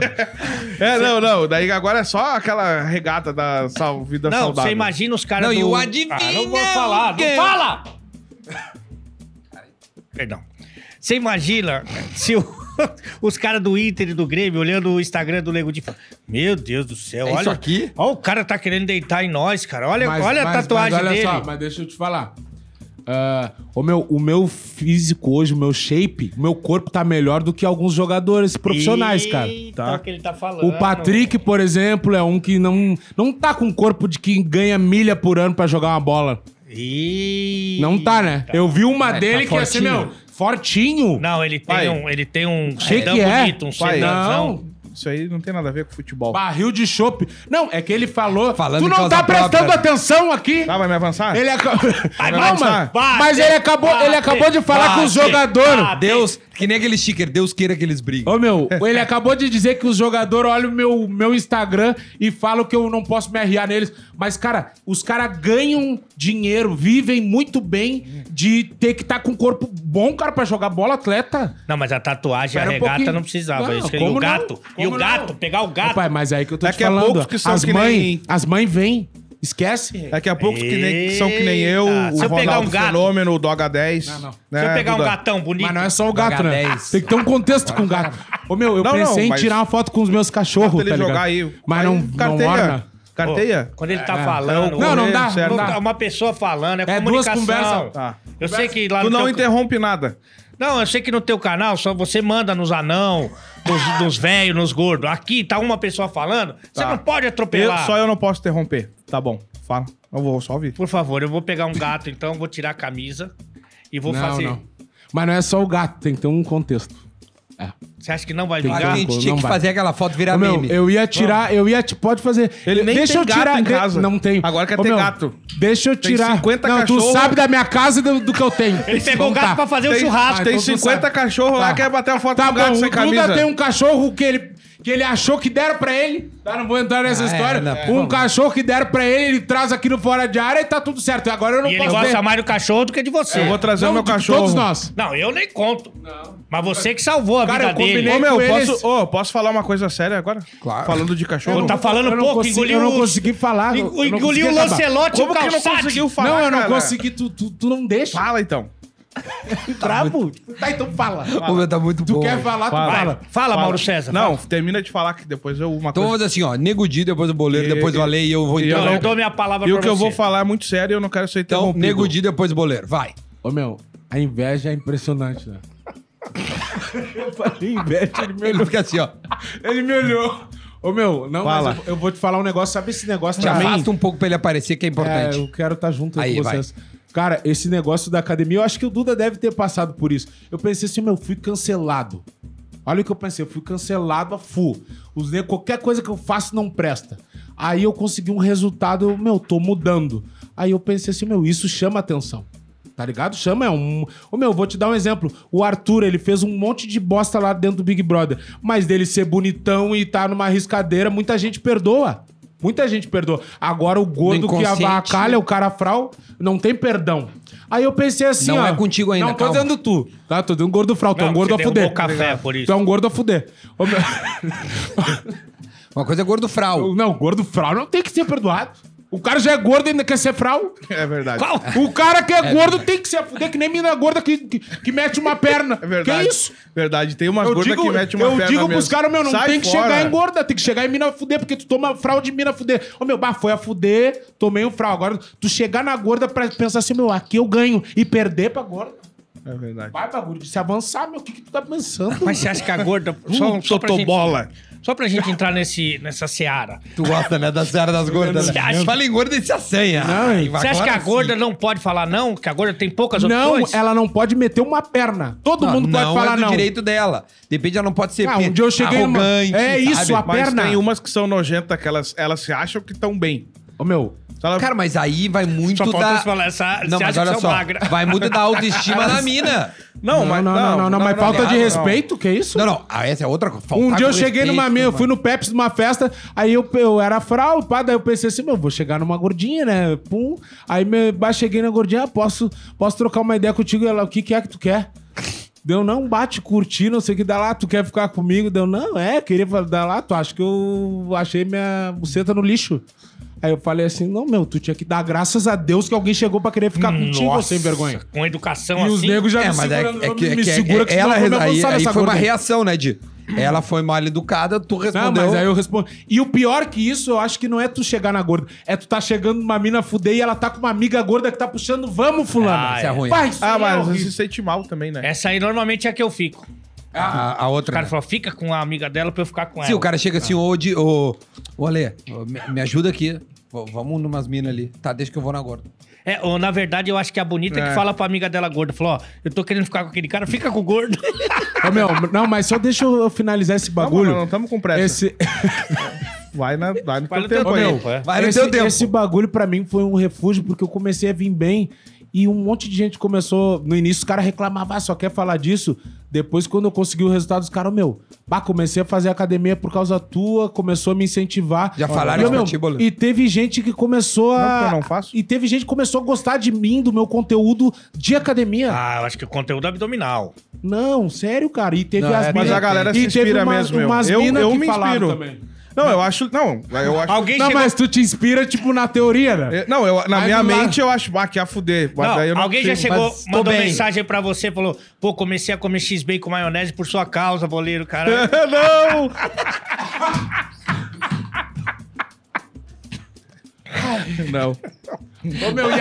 Não. Daí agora é só aquela regata da vida Não, saudável. você imagina os caras Não, do... e o adivinha não vou falar, o quê? não fala! Perdão. Você imagina se os caras do Inter e do Grêmio olhando o Instagram do Nego de... Meu Deus do céu, É olha... isso aqui? Olha, o cara tá querendo deitar em nós, cara. Olha, olha a Mas tatuagem olha dele. só, mas deixa eu te falar. O meu físico hoje, o meu shape, o meu corpo tá melhor do que alguns jogadores profissionais, cara. Tá. O que ele tá falando. O Patrick, por exemplo, é um que não tá com o corpo de quem ganha milha por ano pra jogar uma bola. Não tá, né? Eu vi uma dele que ia ser, fortinho. Não, ele tem um sedão bonito, um Pai, sedãozão. Isso aí não tem nada a ver com futebol. Barril de chopp. Não, é que ele falou... Falando tu em não causa tá prestando própria. atenção aqui? Tá, vai me avançar? Ele acabou... Vai, Calma, vai, mas ele acabou de falar com os jogadores. Deus, que nem aquele sticker, Deus queira que eles briguem. Ô, meu, ele acabou de dizer que os jogadores olham o meu Instagram e falam que eu não posso me arriar neles. Mas, cara, os caras ganham dinheiro, vivem muito bem de ter que estar com um corpo bom, cara, pra jogar bola, atleta. Não, mas a tatuagem, Espera a um regata pouquinho. não precisava. Não, Isso aí. como O gato. não? E o Como gato, não? pegar o gato. Rapaz, mas é aí que eu tô Daqui te a falando. poucos que são as que mães, nem- as mães vêm. Esquece. Daqui a pouco que nem nem eu, Eita, o se eu pegar Ronaldo um gato- Fenômeno, o Doga 10. Não. Né, Se eu pegar um Duda? gatão bonito. Mas não é só o gato, né? H10. Tem que ter um contexto com o gato. Ô, meu, eu Não, pensei em mas- tirar uma foto com os meus cachorros, Bota ele tá ligado? jogar aí. Mas Aí, não carteia. orna. Carteia? Quando ele tá falando... Não dá, certo. não dá. Uma pessoa falando, é duas comunicação. conversas. Tá. Eu sei que lá Tu não teu- interrompe nada. Não, eu sei que no teu canal só você manda nos anão, nos velhos, nos gordos. Aqui tá uma pessoa falando, você Tá. não pode atropelar. Só eu não posso interromper. Tá bom, fala. Eu vou só ouvir. Por favor, eu vou pegar um gato, então, vou tirar a camisa e vou Não, fazer. não. Mas não é só o gato, tem que ter um contexto. Você acha que não vai Tem A que vingar? ter gente tinha não que vai. fazer aquela foto virar Ô, meu, meme. eu ia tirar, pode fazer. Ele nem Deixa tem eu gato tirar, em casa. Não tem. Agora quer Ô, ter meu, gato. Deixa eu Tem tirar. 50 não, tu cachorro. sabe da minha casa e do que eu tenho. Ele pegou o Então gato tá. pra fazer o Tem, churrasco. tem então tu 50 sabe. cachorros lá, Tá. quer bater uma foto Tá com o gato bom, sem o Duda camisa. tem um cachorro que ele achou que deram pra ele. Tá, não vou entrar nessa história. Um cachorro que deram pra ele traz aqui no Fora de Área e tá tudo certo. Agora eu não E ele posso gosta ter. mais do cachorro do que de você. Eu vou trazer o Não, meu de cachorro. todos nós. Não, eu nem conto. Mas você que salvou a Cara, vida eu dele. combinei Ô, meu, com eles. posso falar uma coisa séria agora? Claro. Falando de cachorro? Tá falando Eu não pouco, consegui- engoliu eu não os- consegui falar. eu não Engoliu consegui o acabar. Lancelote e o Como que não Calçade. conseguiu falar, Não, eu não cara? consegui. Tu não deixa. Fala então. Bravo. Tá, então fala. Ô, meu, tá muito Tu bom. quer falar, tu Fala. fala. Fala, Mauro César. Não, termina de falar que depois eu uma Então vamos coisa... fazer assim, ó. Nego Di, depois o Boleiro, depois o Ale e eu vou e Então, entrar. eu dou minha palavra E pra o que eu você. vou falar é muito sério e eu não quero ser Então, interrompido. Nego Di, depois o Boleiro. Vai. Ô, meu, a inveja é impressionante, né? Eu falei inveja, ele me Ele olhou. fica assim, ó. Ele me olhou. Ô, meu, não, Fala. mas eu vou te falar um negócio. Sabe esse negócio Te também? afasta um pouco pra ele aparecer, que é importante. Eu quero estar junto Aí, com vocês. Cara, esse negócio da academia, eu acho que o Duda deve ter passado por isso. Eu pensei assim, meu, fui cancelado. Olha o que eu pensei, eu fui cancelado a full. Qualquer coisa que eu faço não presta. Aí eu consegui um resultado, tô mudando. Aí eu pensei assim, isso chama atenção. Tá ligado? Chama, vou te dar um exemplo. O Arthur, ele fez um monte de bosta lá dentro do Big Brother. Mas dele ser bonitão e tá numa riscadeira, muita gente perdoa. Muita gente perdoa. Agora o gordo que inconsciente. avacalha, o cara fral, não tem perdão. Aí eu pensei assim, Não ó. é contigo ainda, Não, tô calma. dizendo tu. Tá? Tô dizendo gordo fral. Tu é um Não, gordo você a fuder. derrubou o café por isso. Tu é um gordo a fuder. Ô, meu- Uma coisa é gordo fral. Não, gordo fral não tem que ser perdoado. O cara já é gordo e ainda quer ser fral. É verdade. Qual? O cara que é gordo tem que se fuder, que nem mina gorda que mete uma perna. É verdade. Que isso? Verdade. Tem umas gordas que metem uma perna Eu digo pros mesmo. caras, não Sai tem que fora. chegar em gorda, tem que chegar em mina fuder, porque tu toma frau de mina fuder. Foi a fuder, tomei um frau. Agora, tu chegar na gorda pra pensar assim, aqui eu ganho. E perder pra gorda. É verdade. Vai, bagulho, se avançar, o que tu tá pensando? Mas você acha que a gorda... Totobola. Só pra gente entrar nessa seara. Tu gosta, né, da seara das gordas. Você Né? acha- Fala em gorda e se assanha. Ai, Você acha que a agora gorda sim. não pode falar não? Que a gorda tem poucas Não, opções? ela não pode meter uma perna. Todo mundo pode não falar é do não. direito dela. Depende, ela não pode ser Um dia eu cheguei arrogante. É isso, a Mas perna. tem umas que são nojentas, que elas se acham que estão bem. Ô, meu, Cara, mas aí vai muito Só falta da... você falar, Não, você mas acha olha que só, são magra. vai muito da autoestima da mina. Não, mas mas falta de respeito, que isso? Não, essa é outra coisa. Um dia eu cheguei numa minha, eu fui no Pepsi numa festa, aí eu era frau, pá, daí eu pensei assim, vou chegar numa gordinha, né? Pum. Aí cheguei na gordinha, posso trocar uma ideia contigo? Ela, o que é que tu quer? Deu, não, bate, curtir, não sei o que dá lá, tu quer ficar comigo? Deu, não, queria dar lá, tu acha que eu achei minha buceta no lixo. Aí eu falei assim, não, tu tinha que dar graças a Deus que alguém chegou pra querer ficar contigo, Nossa, sem vergonha. Com educação E assim... os negros já me mas segurando, me segura que ela senão eu vou me aí avançar nessa foi uma gorda. reação, né, de... Ela foi mal educada, tu Não, respondeu. mas aí eu respondo. E o pior que isso, eu acho que não é tu chegar na gorda. É tu tá chegando numa mina fuder e ela tá com uma amiga gorda que tá puxando, vamos, fulana. Isso é ruim. Pai, isso Ah, aí é mas você horrível. se sente mal também, né? Essa aí normalmente é a que eu fico. A O outra. cara falou, fica com a amiga dela pra eu ficar com ela. Sim, o cara chega assim, ô Ale, me ajuda aqui. Vamos numas minas ali. Tá, deixa que eu vou na gorda. Ou, na verdade, eu acho que a bonita que fala pra amiga dela gorda. Falou, ó, eu tô querendo ficar com aquele cara, fica com o gordo. Ô, meu, não, mas só deixa eu finalizar esse bagulho. Não estamos com pressa. Esse, Vai no Vai teu no tempo teu aí. tempo, é. Vai no esse, teu tempo. esse bagulho pra mim foi um refúgio, porque eu comecei a vir bem e um monte de gente começou... No início os caras reclamavam, só quer falar disso. Depois, quando eu consegui o resultado, os caras, comecei a fazer academia por causa tua, começou a me incentivar. Já falaram E, isso meu, pra ti, Bola? E teve gente que começou Não, a... porque eu não faço. E teve gente que começou a gostar de mim, do meu conteúdo de academia. Ah, eu acho que o conteúdo abdominal. Não, sério, cara. E teve Não, as é, Mas mina- a galera e se teve inspira mesmo, meu. umas Eu mina que me falaram inspiro. também. Não, eu acho... Alguém Não, chegou... mas tu te inspira, tipo, na teoria, né? Não, na Aí minha do lado- mente eu acho, que a fuder. Mas Não, daí eu não alguém já consigo. chegou, Mas tô mandou bem. mensagem pra você, falou, pô, comecei a comer X-Bacon com maionese por sua causa, boleiro, cara. Não! Não. Ô, meu, e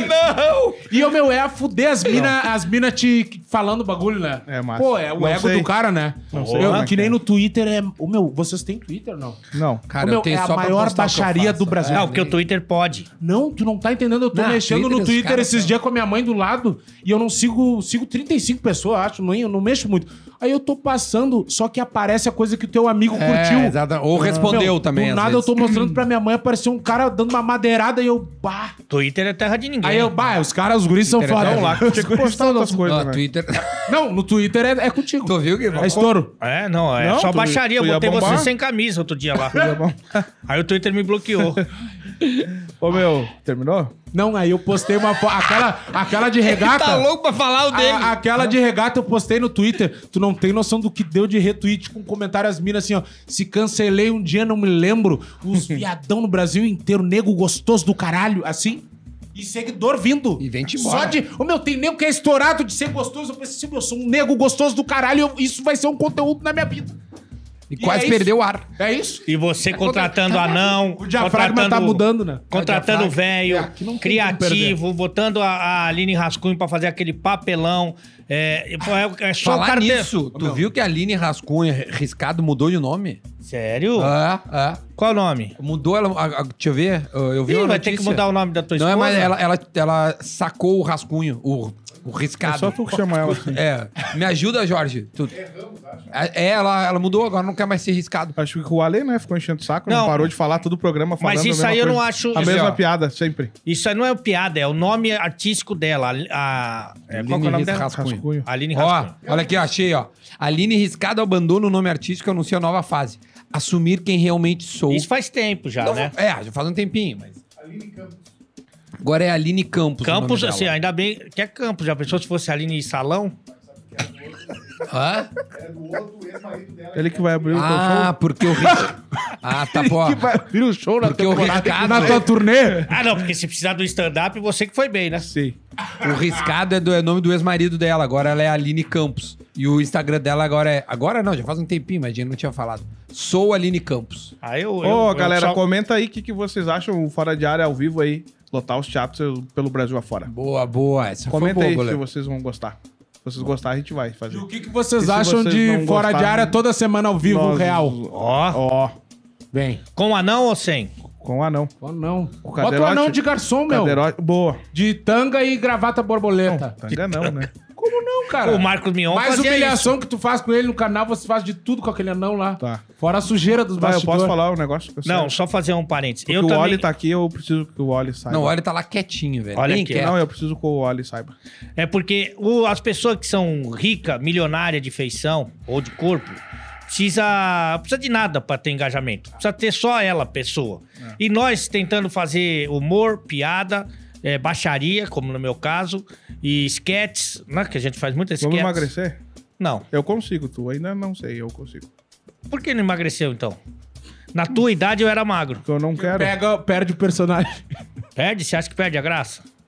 o meu, é a fuder as mina te falando bagulho, né? É massa. Pô, é o Não ego sei. do cara, né? sei Eu, como é que que nem é. no Twitter é... Ô, meu, vocês têm Twitter ou não? Não. Cara, Ô, meu, eu tenho é a só pra maior postar o que eu baixaria faço. do Brasil. Porque o Twitter pode. Não, tu não tá entendendo. Eu tô Não, mexendo Twitter, no os Twitter caras esses são- dias com a minha mãe do lado e eu não sigo 35 pessoas, acho. Eu não mexo muito. Aí eu tô passando, só que aparece a coisa que o teu amigo curtiu. Exato. Ou respondeu Meu, também, Do às nada vezes. eu tô mostrando pra minha mãe, apareceu um cara dando uma madeirada e eu... Bah. Twitter é terra de ninguém. Aí eu... os guris são foda. Não, lá que eu tinha que postar outras coisas, Não, né? Twitter... Não, no Twitter é contigo. Tu viu que... É estouro. É, não, é Não, só tu- baixaria. tu Eu ia botei bombar? você sem camisa outro dia lá. bom. Aí o Twitter me bloqueou. Ô, meu, terminou? Não, aí eu postei uma foto... Aquela de regata... Tá louco pra falar o dele. Aquela de regata eu postei no Twitter. Tu não tem noção do que deu de retweet com comentário as minas assim, ó. Se cancelei um dia, não me lembro. Os viadão no Brasil inteiro, nego gostoso do caralho, assim. E seguidor vindo. E vem-te embora. Só de... Ô, meu, tem nego que é estourado de ser gostoso. Eu pensei assim, eu sou um nego gostoso do caralho. Isso vai ser um conteúdo na minha vida. E quase é isso. perdeu o ar. É isso? E você contratando anão. O diafragma tá mudando, né? Contratando O diafragma. velho, Aqui não tem como criativo, botando a Aline Rascunho pra fazer aquele papelão. É só o Falar cara ter- nisso, tu viu que a Aline Rascunha, Riscado, mudou de nome? Sério? É. Qual o nome? Mudou ela... deixa eu ver. Eu vi Ih, uma vai ter que notícia. mudar o nome da tua Não esposa. é mais... Ela sacou o rascunho, o riscado. É só tu que chama ela assim. É. Me ajuda, Jorge. Ela mudou, agora não quer mais ser riscado. Acho que o Ale, né, ficou enchendo o saco, não Não. parou de falar todo o programa falando Mas a isso mesma aí eu não coisa. acho- A isso, mesma ó. piada, sempre. Isso aí não é piada, é o nome artístico dela. Qual que é o nome dela? Rascunho. Rascunho. Aline Ó, Rascunho. olha aqui, ó, achei, ó. Aline Riscado abandona o nome artístico e anuncia a nova fase. Assumir quem realmente sou. Isso faz tempo já, Não, né? já faz um tempinho, mas... Agora é Aline Campos. o nome Campos, dela. assim, ainda bem que é Campos. Já pensou se fosse Aline Salão? Hã? Ele que vai abrir o teu Ah, porque o tá, pô. show. Que vai abrir o show na Porque o temporada. riscado, Na tua turnê? Ah, não, porque se precisar do stand-up, você que foi bem, né? Sim. o riscado é nome do ex-marido dela. Agora ela é Aline Campos. E o Instagram dela agora é... Agora não, já faz um tempinho, mas a gente não tinha falado. Sou Aline Campos. Aí Ô, galera, só- comenta aí o que vocês acham o Fora de Área ao vivo aí. Lotar os teatros pelo Brasil afora. Boa. Essa Comenta foi boa, aí se goleiro. vocês vão gostar. Se vocês gostarem, a gente vai fazer. E o que vocês E se acham vocês de não Fora de gostarem, Área toda semana ao vivo, Nós- real? Ó, Ó, Vem. com anão ou sem? com o anão. Oh, não. O Bota o cadeirote- anão de garçom, meu. Cadeirote. Boa. De tanga e gravata borboleta. Tanga não, né? Como não, cara? O Marcos Mion Mais fazia humilhação que tu faz com ele no canal, você faz de tudo com aquele anão lá. Tá. Fora a sujeira dos Tá, eu bastidores. posso falar um negócio? isso. Não, só fazer um parênteses. Porque Eu o também... Oli tá aqui, eu preciso que o Oli saiba. Não, olha, tá lá quietinho, velho. Olha Bem aqui. quieto. Não, eu preciso que o Oli saiba. É porque as pessoas que são ricas, milionárias de feição ou de corpo, precisa de nada pra ter engajamento. Precisa ter só ela, pessoa. E nós tentando fazer humor, piada, baixaria, como no meu caso, e sketches, né? Que a gente faz muitas Vamos sketches. emagrecer? Não. Eu consigo, tu ainda não sei, eu consigo. Por que não emagreceu, então? Na tua idade eu era magro. Porque eu não quero. Perde o personagem. Perde? Você acha que perde a graça?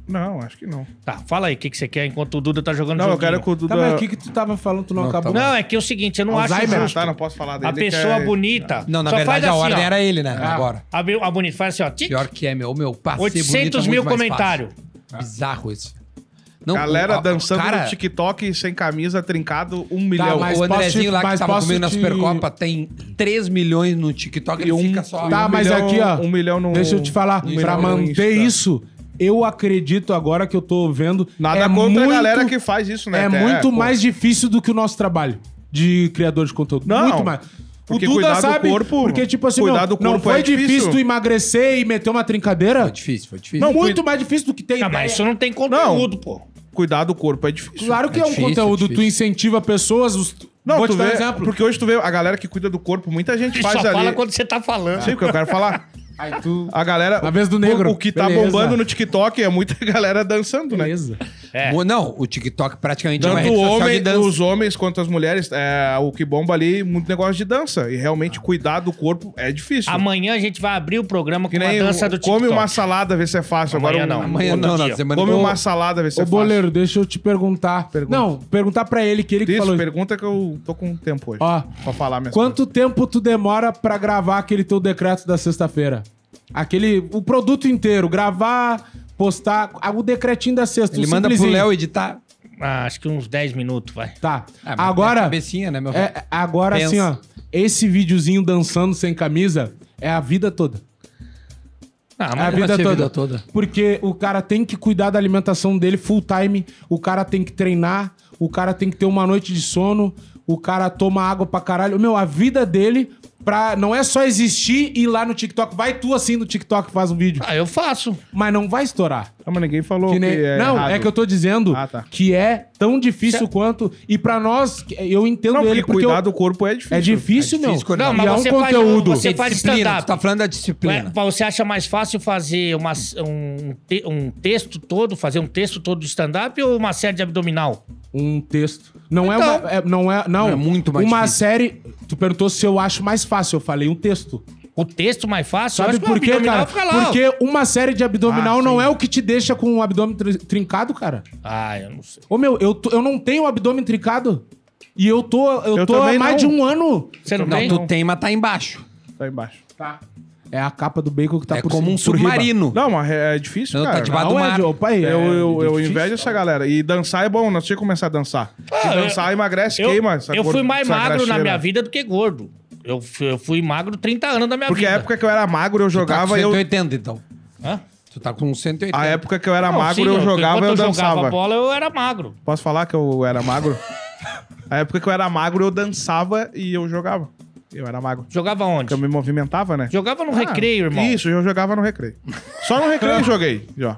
Não, acho que não. Tá, fala aí o que você quer enquanto o Duda tá jogando Não, eu joguinho. quero que o Duda... Tá, mas o que tu tava falando? Tu não acabou? Não, é que é o seguinte, eu não acho Alzheimer, justo. Tá, não posso falar dele. A pessoa bonita... Não, na só verdade faz a assim, ordem ó. era ele, né? Agora. A bonita faz assim, ó. Tic, Pior que é, meu. Passei 800 mil comentários. Bizarro isso. Não, Galera dançando cara, no TikTok sem camisa, trincado, 1 Tá, milhão. mas o Andrezinho lá que mas tava posso comigo na te- Supercopa tem 3 milhões no TikTok e ele fica só... Tá, mas milhão- aqui, ó. 1 milhão no... Deixa eu te falar. 1 Pra milhão no manter Insta. isso, eu acredito agora que eu tô vendo. Nada contra a galera que faz isso, né? É Até, muito pô. mais difícil do que o nosso trabalho de criador de conteúdo. Não, Muito mais. porque cuidar do corpo- porque tipo assim, cuidar meu, do não corpo foi é difícil. difícil tu emagrecer e meter uma trincadeira? Foi difícil. Não, muito mais difícil do que tem Não, ideia. mas isso não tem conteúdo, pô. Cuidar do corpo é difícil. Claro que É é um difícil, conteúdo, é tu difícil. incentiva pessoas... Não, Vou tu te dar um vê, exemplo. porque hoje tu vê a galera que cuida do corpo, muita gente Só faz ali... fala quando você tá falando. Sei o que eu quero falar. Aí tu... A galera... Na vez do negro. O que tá Beleza. bombando no TikTok é muita galera dançando, né? Beleza. É. Não, o TikTok praticamente é uma Tanto rede social de homem, dança. os homens quanto as mulheres, o que bomba ali, muito negócio de dança. E realmente cuidar do corpo é difícil. Amanhã a gente vai abrir o programa com Que uma nem dança do TikTok. come uma salada, vê se é fácil. Amanhã Agora não. Amanhã Outro não, dia. na semana... Come uma salada, vê se é Ô, fácil. Boleiro, deixa eu te perguntar. Pergunta. Não, perguntar pra ele, que ele que Isso, falou. pergunta que eu tô com tempo hoje. Ó, Pra falar minhas quanto tempo tu demora pra gravar aquele teu decreto da sexta-feira? O produto inteiro, gravar, postar, o decretinho da sexta. Ele o manda pro simplesinho. Léo editar. Ah, acho que uns 10 minutos, vai. Tá. Ah, mas Agora, é cabecinha, né, meu velho? agora Pensa. assim, ó, esse videozinho dançando sem camisa é a vida toda. Ah, É a mas vai vida ser a toda. vida toda. Porque o cara tem que cuidar da alimentação dele full time, o cara tem que treinar, o cara tem que ter uma noite de sono, o cara toma água pra caralho. Meu, a vida dele não é só existir e ir lá no TikTok. Vai tu assim no TikTok faz um vídeo. eu faço. Mas não vai estourar. Não, mas ninguém falou Que que, nem- é não, errado. é que eu tô dizendo Ah, tá. que é tão difícil quanto. E pra nós, eu entendo Não, ele porque porque cuidar do corpo é difícil. é difícil, meu. difícil, Não, E mas é um você faz- conteúdo. você faz Disciplina, stand-up. tu tá falando da disciplina. Você acha mais fácil fazer um texto todo, fazer um texto todo de stand-up ou uma série de abdominal? Um texto. Não Então. não É muito mais uma difícil. série. Tu perguntou se eu acho mais fácil. Eu falei um texto. O texto mais fácil? Sabe eu acho que o por quê, abdominal cara? fica lá, ó. Porque uma série de abdominal Ah, não sim. é o que te deixa com o abdômen trincado, cara. Ah, eu não sei. Ô, meu, eu não tenho abdômen trincado. E eu tô há também mais não. de um ano. Você não, Não, tem? tu tem, mas tá embaixo. Tá embaixo. Tá. É a capa do bacon que tá É por como um cima, por riba. submarino. Não, mas é difícil, Não, cara. tá debaixo Não do é, mar. Diogo, pai. Eu difícil. invejo essa galera. E dançar é bom, nós tinha que começar a dançar. E dançar emagrece, queima. essa eu fui gordo- mais essa magro na graxeira. minha vida do que gordo. Eu fui magro 30 anos da minha Porque vida. a época que eu era magro, eu Tá com jogava e eu... 180, então. Hã? Tu tá com 180. A época que eu era Não, magro, sim, eu jogava e enquanto eu eu jogava dançava. bola, eu era magro. Posso falar que eu era magro? A época que eu era magro, eu dançava e eu jogava. Eu era magro. Jogava onde? Porque eu me movimentava, né? Jogava no recreio, irmão. Isso, eu jogava no recreio. Só no recreio eu joguei. Já.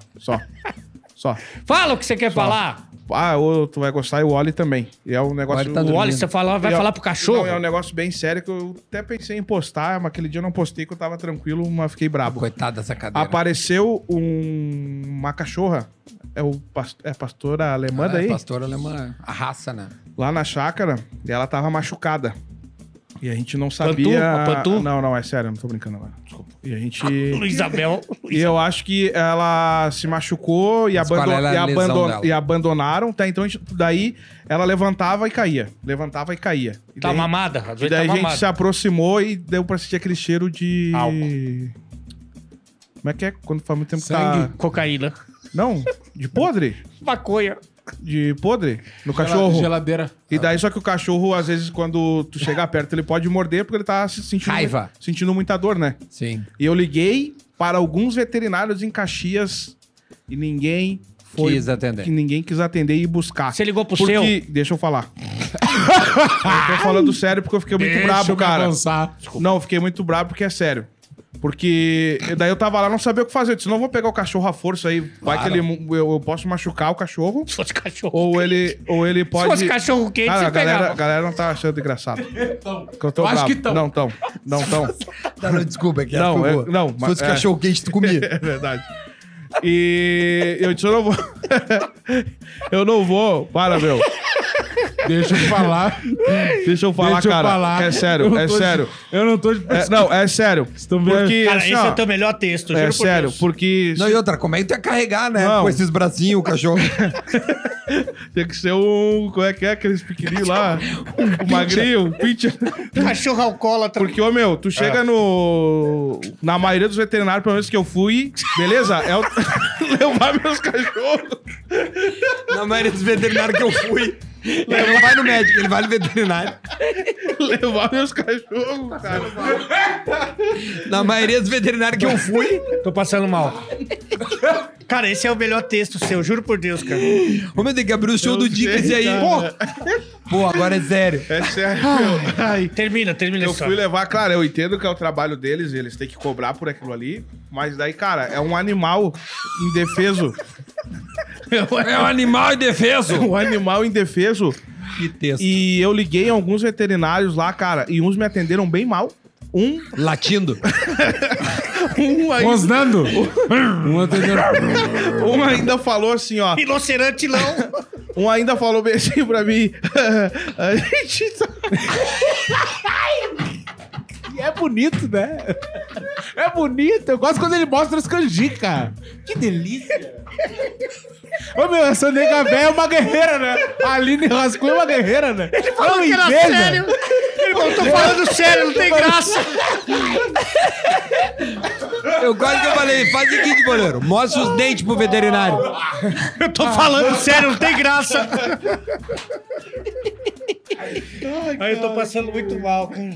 Só. Fala o que você quer falar. Ah, tu vai gostar e o Oli também. E é um negócio... Oli tá O dormindo. Wally, você vai falar pro cachorro? Não, é um negócio bem sério que eu até pensei em postar, mas aquele dia eu não postei que eu tava tranquilo, mas fiquei brabo. Coitada dessa cadeira. Apareceu uma cachorra, é pastora alemã daí, Pastor alemã, a raça, né? lá na chácara, e ela tava machucada. E a gente não sabia... A Pantu? Não, é sério, eu não tô brincando agora. Desculpa. E a gente... Luizabel. E eu acho que ela se machucou e, Mas qual era a lesão dela? e abandonaram. Tá? Então, daí ela levantava e caía. Levantava e caía. E Tá daí, mamada? Às e vezes daí tá a gente mamada. se aproximou e deu pra sentir aquele cheiro de... Álcool. Como é que é? Quando faz muito tempo que Sangue. tá... Cocaína. Não, de podre. Maconha. De podre no cachorro. Geladeira. E daí só que o cachorro, às vezes, quando tu chegar perto, ele pode morder porque ele tá se sentindo muita dor, né? Sim. E eu liguei para alguns veterinários em Caxias e ninguém Quis atender. Que ninguém quis atender e ir buscar. Você ligou pro porque... seu? Deixa eu falar. Eu tô falando sério porque eu fiquei muito brabo, cara. Avançar. Não, eu fiquei muito brabo porque é sério. Porque daí eu tava lá, não sabia o que fazer. Eu disse, não vou pegar o cachorro à força aí. Vai que eu posso machucar o cachorro. Se fosse cachorro. Ou ele pode... Se fosse cachorro quente, Cara, você a galera pegava. não tá achando engraçado. Que eu tô Eu acho brabo. que tão. Não tão. Não tão. Tá, não, desculpa, é que Não, ficou boa. não, Se mas- fosse cachorro quente, tu comia. É verdade. E eu disse, eu não vou... eu não vou... Para, meu. Deixa eu falar. Deixa eu falar, Deixa eu cara. falar. É sério, é sério. Eu não tô de Não, é sério. Estão vendo? Porque, Cara, assim, esse ó, é o teu melhor texto, juro é por sério, Deus. porque Não, e outra, como é que tu ia carregar, né? Não. Com esses bracinhos, o cachorro. tem que ser um... Como é que é aqueles pequenininhos lá? Um magrinho, um pincher. Cachorro alcoólatra. Porque, ô meu, tu chega no... Na maioria dos veterinários, pelo menos que eu fui, beleza? É o... levar meus cachorros. Na maioria dos veterinários que eu fui. Ele não vai no médico, ele vai no veterinário. Levar meus cachorros, cara. Na maioria dos veterinários que eu fui. Tô passando mal. Cara, esse é o melhor texto seu, juro por Deus, cara. Ô, meu, tem que abrir o show do Dicas e aí. cara. Pô, agora é sério. É sério, meu. Ai, termina Eu só. fui levar, claro, eu entendo que é o trabalho deles, eles têm que cobrar por aquilo ali, mas daí, cara, é um animal indefeso. É um animal indefeso. Um animal indefeso. Que texto. E eu liguei a alguns veterinários lá, cara, e uns me atenderam bem mal. Latindo. Rosnando. Um ainda falou assim, ó. Rinoceronte não. Um ainda falou bem assim pra mim. A gente tá... E é bonito, né? É bonito. Eu gosto quando ele mostra as canjicas. Que delícia. Ô, meu, essa nega véia é uma guerreira, né? A Aline Rascunho é uma guerreira, né? Ele Falou que era sério. Ele falou, tô falando sério, não tem graça. Eu quase que eu falei, faz o seguinte, goleiro. Mostra os dentes pro veterinário. Eu tô falando sério, não tem graça. Ai, eu tô passando muito mal, cara.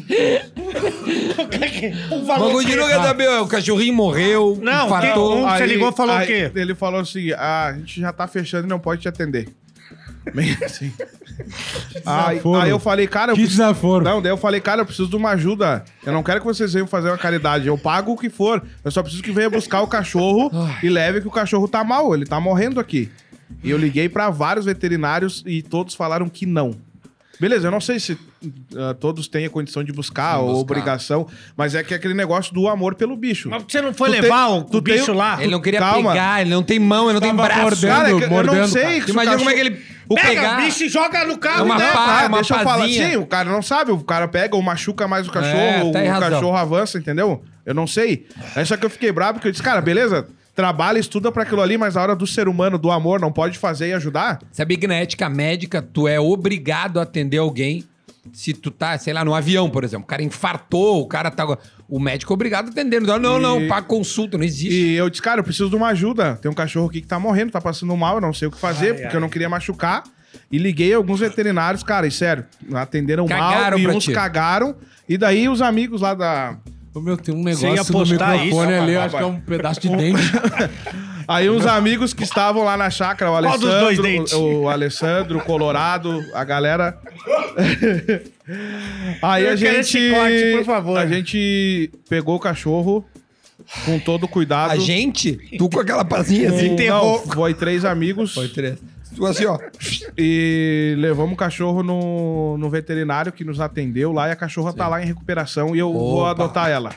Mas continua que saber, o cachorrinho morreu, Não, infartou. Você ligou e falou o quê? Ele falou assim: a gente já tá fechando e não pode te atender. Bem assim. Aí eu falei, cara, Que desaforo. Não, daí eu falei, cara, eu preciso de uma ajuda. Eu não quero que vocês venham fazer uma caridade. Eu pago o que for. Eu só preciso que venha buscar o cachorro e leve que o cachorro tá mal. Ele tá morrendo aqui. E eu liguei pra vários veterinários e todos falaram que não. Beleza, eu não sei se todos têm a condição de buscar ou obrigação, mas é que é aquele negócio do amor pelo bicho. Mas você não foi Tu levar tem- o tu bicho tem- lá? Ele não queria Calma. pegar, ele não tem mão, ele não tem Tava braço. mordendo. Cara, é que eu não mordendo, sei. cara. se o Imagina como é que cachorro- ele... Pega pegar. o bicho e joga no carro, É uma né? pá, uma deixa eu falar pazinha. assim, o cara não sabe, o cara pega ou machuca mais o cachorro, É, ou tá o errado. cachorro avança, entendeu? Eu não sei. Aí só que eu fiquei bravo, porque eu disse, cara, beleza, trabalha, estuda pra aquilo ali, mas a hora do ser humano, do amor, não pode fazer e ajudar? Sabia que na ética médica, tu é obrigado a atender alguém se tu tá, sei lá, no avião, por exemplo. O cara infartou, o cara tá... O médico é obrigado a atender. Não, paga consulta, não existe. E eu disse, cara, eu preciso de uma ajuda. Tem um cachorro aqui que tá morrendo, tá passando mal, eu não sei o que fazer, porque eu não queria machucar. E liguei a alguns veterinários, cara, e sério, atenderam Cagaram mal, e pra uns ti. cagaram. E daí os amigos lá da... Ô, meu, tem um Você ia negócio no postar microfone isso? ali, eu acho que é um pedaço de dente. Aí uns amigos que estavam lá na chácara, o Qual dos dois Alessandro, dentes? o Alessandro, o Colorado, a galera. Aí Eu a quero gente, esse corte, por favor. a gente pegou o cachorro com todo cuidado. A gente? Tu com aquela pazinha assim? Não, foi 3 amigos Foi 3. Tu assim, ó. e levamos o cachorro no veterinário que nos atendeu lá e a cachorra tá lá em recuperação e eu vou Opa. adotar ela.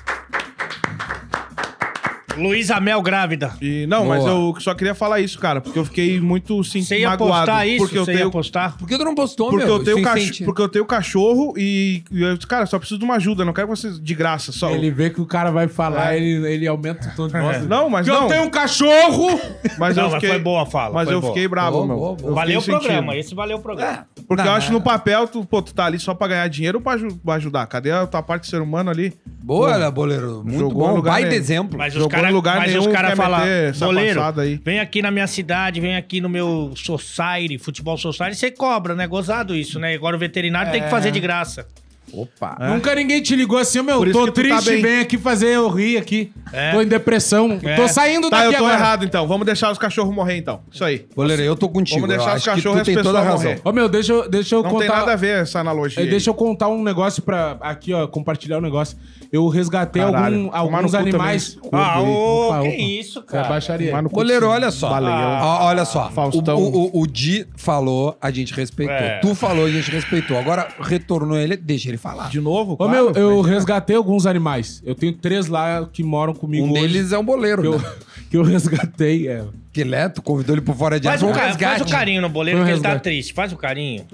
Luísa Mel grávida. E não, mas Boa. eu só queria falar isso, cara, porque eu fiquei muito Você ia magoado. postar isso? Porque eu Você tenho ia postar? Por que tu não postou, Porque meu? eu, tenho Isso cach... incentivo. porque eu tenho cachorro e eu disse, cara, só preciso de uma ajuda, não quero que vocês de graça. Só... Ele vê que o cara vai falar, ele aumenta o tom de voz. Não, mas Eu não. tenho um cachorro! Mas Não, eu mas fiquei... foi boa a fala. Mas foi eu boa. fiquei bravo, Boa, meu. boa, boa. Eu Valeu o fiquei sentindo. programa, esse valeu o programa. Porque Não, eu acho que no papel, tu tá ali só pra ganhar dinheiro ou pra ajudar? Cadê a tua parte de ser humano ali? Boa, boleiro. Muito Jogou no bom. lugar Baita nenhum. exemplo. Mas Jogou em lugar nenhum, os caras quer falam, meter essa boleiro, passada aí. vem aqui na minha cidade, vem aqui no meu society, futebol society, você cobra, né? Gozado isso, né? Agora o veterinário tem que fazer de graça. Opa. Nunca ninguém te ligou assim, ô, meu, Por isso tô que tu tá triste, bem. vem aqui fazer eu rir aqui. É. Tô em depressão. É. Tô saindo Tá, daqui eu tô agora. errado então. Vamos deixar os cachorros morrer então. Isso aí. Boleiro, eu tô contigo. Vamos deixar Eu os acho que cachorros tu e tem as toda a pessoas razão. morrer. Ô, meu, deixa eu Não contar... tem nada a ver essa analogia. Deixa eu contar um negócio pra... Aqui, ó, compartilhar um negócio. Eu resgatei Caralho. Tomar alguns no cu animais. Ah, ô, Opa, que opa. isso, Isso é cara. baixaria. Tomar no cu Goleiro, desse olha só. baleão. Olha só. Faustão. O Di falou, a gente respeitou. É. Tu falou, a gente respeitou. Agora retornou ele, deixa ele falar. De novo? Ô, Claro, meu, eu mas- resgatei alguns animais. Eu tenho 3 lá que moram comigo Um hoje. deles é um boleiro, Que eu, né? que eu resgatei, Que tu convidou ele pro fora de Faz área. o carinho no boleiro Foi um que ele tá resgate. triste. Faz o carinho.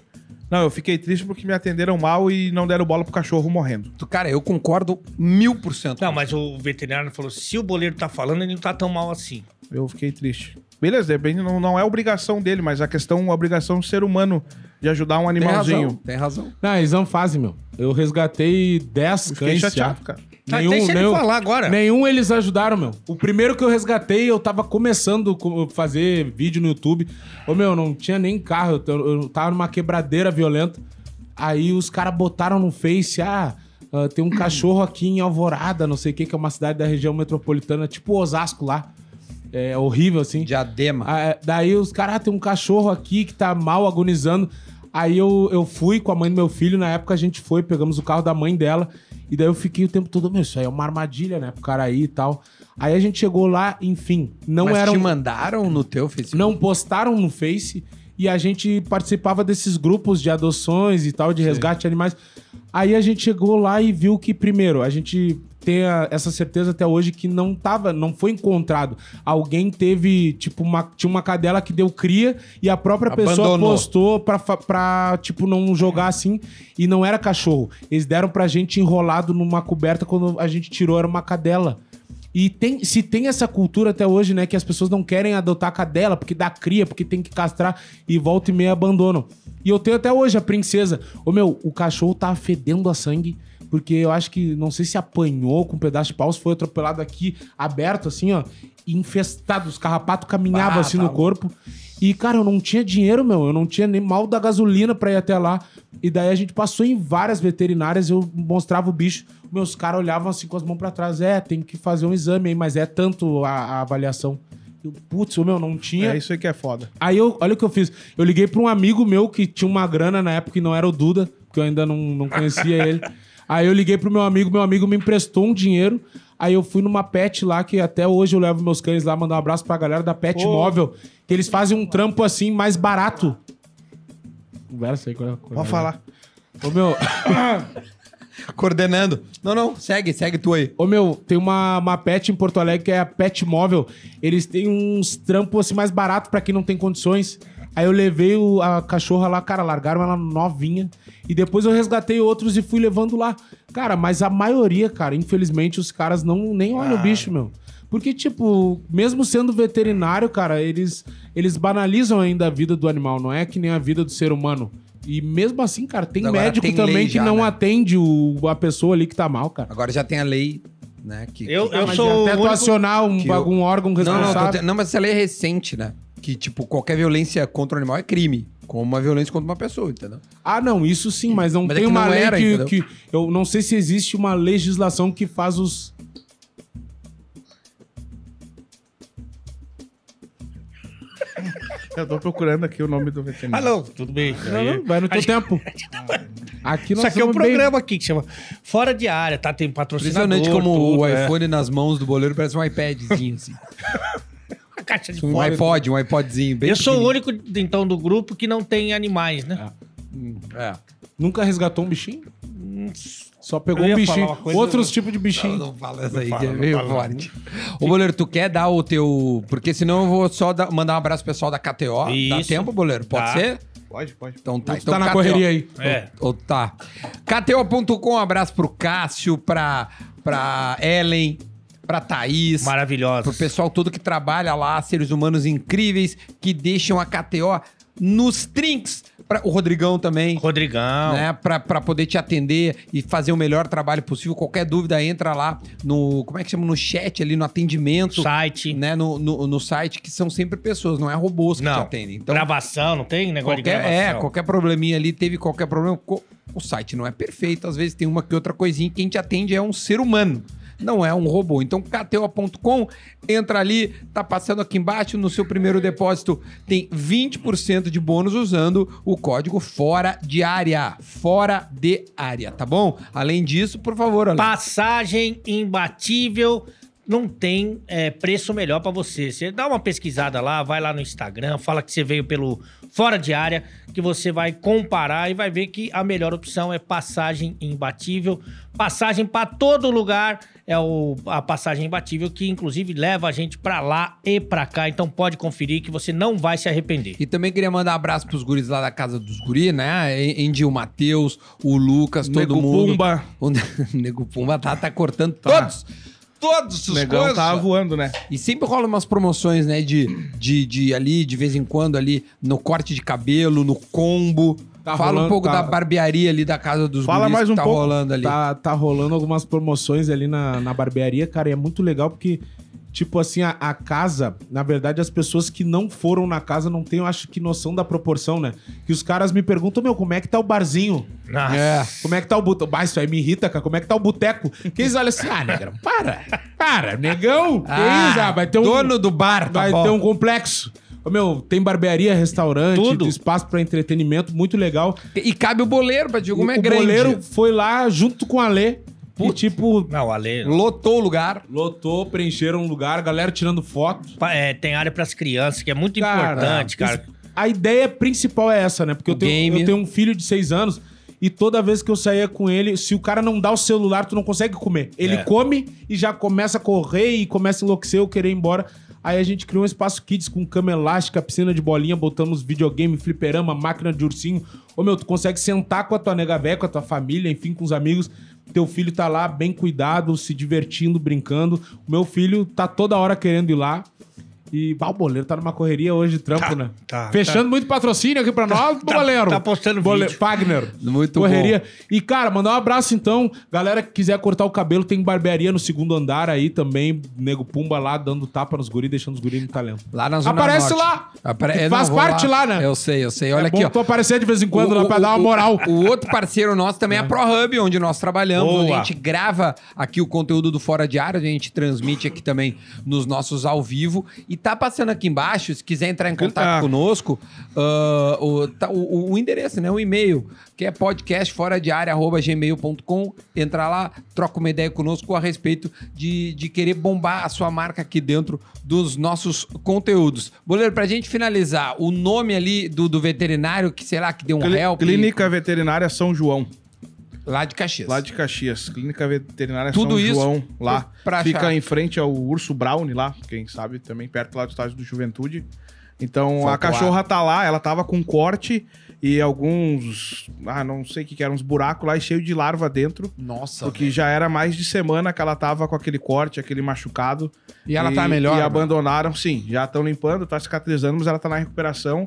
Não, eu fiquei triste porque me atenderam mal e não deram bola pro cachorro morrendo. Cara, eu concordo 1000%. Não, mas o veterinário falou, se o boleiro tá falando, ele não tá tão mal assim. Eu fiquei triste. Beleza, de repente não é obrigação dele, mas a obrigação do ser humano de ajudar um animalzinho. Tem razão. Não, eles não fazem, meu. Eu resgatei 10 Fiquei cães chateado, já. cara. Até se ele falar agora. Nenhum eles ajudaram, meu. O primeiro que eu resgatei, eu tava começando a fazer vídeo no YouTube. Ô, meu, não tinha nem carro. Eu tava numa quebradeira violenta. Aí os caras botaram no Face, tem um cachorro aqui em Alvorada, não sei o que é uma cidade da região metropolitana, tipo Osasco lá. É horrível, assim. Diadema. Daí os caras, tem um cachorro aqui que tá mal, agonizando. Aí eu fui com a mãe do meu filho, na época a gente foi, pegamos o carro da mãe dela. E daí eu fiquei o tempo todo, meu, isso aí é uma armadilha, né, pro cara aí e tal. Aí a gente chegou lá, enfim, Mas te mandaram no teu Facebook? não postaram no Face e a gente participava desses grupos de adoções e tal, de resgate de animais. Aí a gente chegou lá e viu que, primeiro, a gente tem essa certeza até hoje que não foi encontrado. Alguém teve, tipo, tinha uma cadela que deu cria e a própria pessoa Abandonou. postou pra, tipo, não jogar assim e não era cachorro. Eles deram pra gente enrolado numa coberta quando a gente tirou, era uma cadela. E se tem essa cultura até hoje, né, que as pessoas não querem adotar cadela porque dá cria, porque tem que castrar e volta e meia abandonam. E eu tenho até hoje a princesa. Ô, meu, o cachorro tá fedendo a sangue, porque eu acho que, não sei se apanhou com um pedaço de pau, se foi atropelado aqui, aberto assim, ó, e infestado. Os carrapatos caminhavam assim no corpo. E, cara, eu não tinha dinheiro, meu. Eu não tinha nem mal da gasolina pra ir até lá. E daí a gente passou em várias veterinárias, eu mostrava o bicho. Meus caras olhavam assim com as mãos pra trás. Tem que fazer um exame aí, mas é tanto a avaliação. Eu, putz, meu, não tinha. É isso aí que é foda. Aí olha o que eu fiz. Eu liguei pra um amigo meu que tinha uma grana na época, que não era o Duda, porque eu ainda não conhecia ele. Aí eu liguei pro meu amigo me emprestou um dinheiro. Aí eu fui numa pet lá, que até hoje eu levo meus cães lá, mandar um abraço pra galera da Pet Móvel, que eles fazem um trampo assim, mais barato. Conversa aí com a Pode falar. Ô, meu... Coordenando. Não, segue tu aí. Ô, meu, tem uma pet em Porto Alegre que é a Pet Móvel. Eles têm uns trampos assim mais baratos pra quem não tem condições. Aí eu levei a cachorra lá, cara, largaram ela novinha. E depois eu resgatei outros e fui levando lá. Cara, mas a maioria, cara, infelizmente, os caras nem olham o bicho, meu. Porque, tipo, mesmo sendo veterinário, cara, eles banalizam ainda a vida do animal. Não é que nem a vida do ser humano. E mesmo assim, cara, tem Agora médico tem também lei que já, não né? atende a pessoa ali que tá mal, cara. Agora já tem a lei, né? Eu Mas sou até o tu único... acionar um órgão responsável. Não, mas essa lei é recente, né? Que, tipo, qualquer violência contra o animal é crime. Como uma violência contra uma pessoa, entendeu? Ah, não, isso sim, mas não Mas é tem que uma não lei era, que, entendeu? que... Eu não sei se existe uma legislação que faz os... Eu tô procurando aqui o nome do veterinário. Ah, não, tudo bem. Não, vai no teu tempo. Aqui nós Isso aqui é um somos bem- programa aqui que chama Fora de Área, tá? Tem patrocinador, Impressionante como tudo, o é. iPhone nas mãos do boleiro parece um iPadzinho, assim. A caixa de Um fora. iPodzinho bem Eu sou o pequenininho. único, então, do grupo que não tem animais, né? É. Nunca resgatou um bichinho? Só pegou Eu ia um falar bichinho. uma coisa, Outros tipos de bichinho. Não fala essa aí, Não que é fala, meio não fala. forte. Ô, boleiro, tu quer dar o teu... Porque senão eu vou só mandar um abraço pro pessoal da KTO. Dá Isso. tempo, boleiro? Pode Dá. ser? Pode. Então tá. Tu Então, tá na KTO. correria aí. É. Tá. KTO.com, um abraço pro Cássio, pra Ellen, pra Thaís. Maravilhosa. Pro pessoal todo que trabalha lá, seres humanos incríveis, que deixam a KTO nos trinks. O Rodrigão também. Rodrigão. Né, pra poder te atender e fazer o melhor trabalho possível. Qualquer dúvida, entra lá no... Como é que chama? No chat ali, no atendimento. Site. Né, no site, que são sempre pessoas, não é robôs que te Não. atendem. Então, Gravação, não tem negócio de qualquer, gravação. qualquer probleminha ali, teve qualquer problema. O site não é perfeito, às vezes tem uma que outra coisinha. Quem te atende é um ser humano, não é um robô. Então, KTO.com, entra ali, tá passando aqui embaixo, no seu primeiro depósito tem 20% de bônus usando o código FORA de área. Fora de área, tá bom? Além disso, por favor, Ale. Passagem imbatível não tem preço melhor pra você. Você dá uma pesquisada lá, vai lá no Instagram, fala que você veio pelo Fora de Área, que você vai comparar e vai ver que a melhor opção é passagem imbatível. Passagem pra todo lugar é a passagem imbatível, que inclusive leva a gente pra lá e pra cá. Então pode conferir que você não vai se arrepender. E também queria mandar um abraço pros guris lá da casa dos guris, né? Endy, o Matheus, o Lucas, todo Nego mundo. Pumba. O Nego Pumba tá cortando todos os Negão coisas. tava voando, né? E sempre rola umas promoções, né? De ali, de vez em quando, ali, no corte de cabelo, no combo. Tá Fala rolando, um pouco tá. da barbearia ali da casa dos Fala guris mais um que tá pouco. rolando ali. Tá rolando algumas promoções ali na barbearia, cara, e é muito legal porque, tipo assim, a casa, na verdade, as pessoas que não foram na casa não têm, eu acho que, noção da proporção, né? Que os caras me perguntam, meu, como é que tá o barzinho? Nossa. É. Como é que tá o boteco? Bah, isso aí me irrita, cara. Como é que tá o boteco? Que eles olham assim, negrão, para, negão. Que isso? Vai ter um... Dono do bar, tá Vai bom. ter um complexo. Ô, meu, tem barbearia, restaurante, Tudo. espaço pra entretenimento, muito legal. E cabe o boleiro pra dizer como é o grande. boleiro foi lá junto com a Lê. E, tipo, Não, Ale. Lotou o lugar. lotou, preencheram um lugar, galera tirando foto. Tem área pras crianças, que é muito Cara, importante, cara. A ideia principal é essa, né? Porque O game. eu tenho um filho de 6 anos e toda vez que eu saía com ele, se o cara não dá o celular, tu não consegue comer. Ele come e já começa a correr e começa a enlouquecer ou querer ir embora. Aí a gente criou um espaço kids com cama elástica, piscina de bolinha, botamos videogame, fliperama, máquina de ursinho. Ô, meu, tu consegue sentar com a tua nega véia, com a tua família, enfim, com os amigos. Teu filho tá lá bem cuidado, se divertindo, brincando. O meu filho tá toda hora querendo ir lá. E o boleiro tá numa correria hoje de trampo, né? Fechando muito patrocínio aqui pra nós, boleiro. tá postando vídeo. Fagner. Muito correria. E, cara, mandar um abraço então. Galera que quiser cortar o cabelo, tem barbearia no 2º andar aí também. Nego Pumba lá, dando tapa nos guris, deixando os guris no talento. Lá na Zona Aparece Norte. lá. Eu Faz não, vou parte lá, né? Eu sei. Olha É aqui, bom ó. tu aparecer de vez em quando lá pra dar uma moral. O outro parceiro nosso também é a ProHub, onde nós trabalhamos. Boa. Onde a gente grava aqui o conteúdo do Fora de Área, a gente transmite aqui também nos nossos ao vivo. E tá passando aqui embaixo, se quiser entrar em contato conosco, o endereço, né? O e-mail, que é podcastforadearea@gmail.com. Entra lá, troca uma ideia conosco a respeito de querer bombar a sua marca aqui dentro dos nossos conteúdos. Boleiro, pra gente finalizar, o nome ali do veterinário, que será que deu um help? Clínica Veterinária São João. Lá de Caxias. Lá de Caxias. Clínica Veterinária Tudo São isso João, lá. pra Fica achar. em frente ao Urso Brownie lá, quem sabe, também perto lá do estádio do Juventude. Então, Foto a cachorra tá lá, ela tava com corte e alguns, não sei o que eram, uns buracos lá e cheio de larva dentro. Nossa, Porque já era mais de semana que ela tava com aquele corte, aquele machucado. E ela tá melhor, E né? abandonaram, sim. Já estão limpando, tá cicatrizando, mas ela tá na recuperação,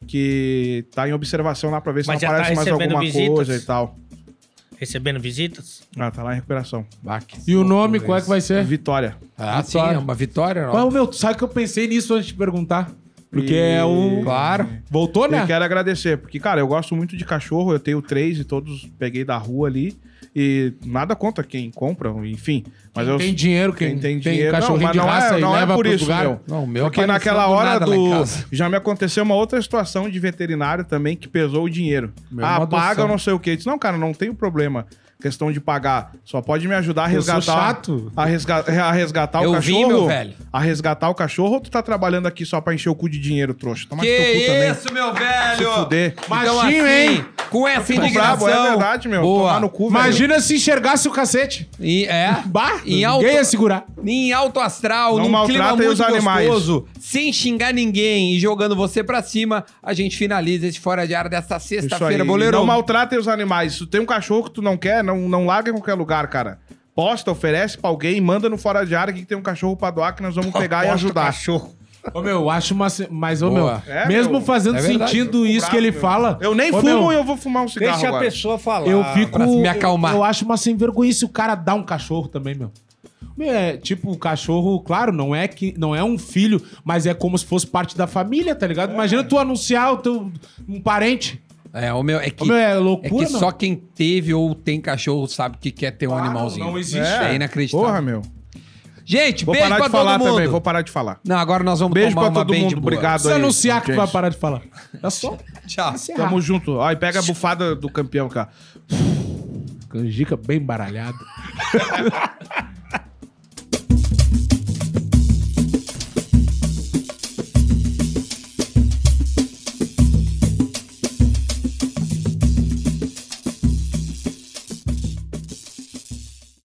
que tá em observação lá pra ver se Mas não já tá aparece mais recebendo alguma visitas? coisa e tal. Recebendo visitas? Tá lá em recuperação. E o nome, qual é que vai ser? Vitória. Ah, sim, é uma vitória. Não? Qual, meu, tu sabe que eu pensei nisso antes de perguntar? Porque é o... Claro. Voltou, né? Eu quero agradecer, porque, cara, eu gosto muito de cachorro, eu tenho 3 e todos peguei da rua ali. E nada contra quem compra, enfim. Mas Quem tem dinheiro, quem tem cachorrinho mas de raça e não leva é por pro isso, lugar. meu. Não, o meu Porque apareceu naquela do hora nada lá em casa. já me aconteceu uma outra situação de veterinário também que pesou o dinheiro. Mesma adoção. Paga ou não sei o quê. Eu disse, não, cara, não tem problema. Questão de pagar. Só pode me ajudar a Eu sou resgatar. chato. A resgatar o Eu cachorro. vi, meu velho. A resgatar o cachorro ou tu tá trabalhando aqui só pra encher o cu de dinheiro, trouxa? Toma Que teu cu também. isso, meu velho! Se fuder. Então, Machinho, hein? Com essa Tô indignação... brabo, é verdade, meu. Boa. Tomar no cu, velho. Imagina se enxergasse o cacete. Bah, em alto, ninguém ia segurar. em alto astral, Não num clima maltratem muito os animais. gostoso, sem xingar ninguém e jogando você pra cima, a gente finaliza esse Fora de Área desta Isso sexta-feira, aí. boleiro. Não maltratem os animais. Se tu tem um cachorro que tu não quer, não larga em qualquer lugar, cara. Posta, oferece pra alguém, manda no Fora de Área que tem um cachorro pra doar que nós vamos pegar e ajudar. Cachorro. Ô, meu, eu acho uma... Mas, ô, Boa. meu, É, mesmo meu, fazendo é verdade. sentido isso Bravo, que ele meu. fala... Eu nem ô, fumo meu, e eu vou fumar um cigarro Deixa agora. a pessoa falar. Eu fico... pra me acalmar. Eu acho uma sem vergonha se o cara dá um cachorro também, meu. É, tipo, o cachorro, claro, não é um filho, mas é como se fosse parte da família, tá ligado? Imagina tu anunciar um parente. O meu, é que, Ô, meu, é é loucura, que meu. só quem teve ou tem cachorro sabe que quer ter um Claro, animalzinho. não existe. É inacreditável. Porra, meu. Gente, Vou beijo parar pra de falar todo mundo. também, vou parar de falar. Não, agora nós vamos Beijo tomar pra uma todo bem de mundo, boa. obrigado Precisa aí, anunciar que tu gente. vai parar de falar. É só Tchau. encerrar. Tamo junto. Aí pega a bufada do campeão, cara. Canjica bem baralhado.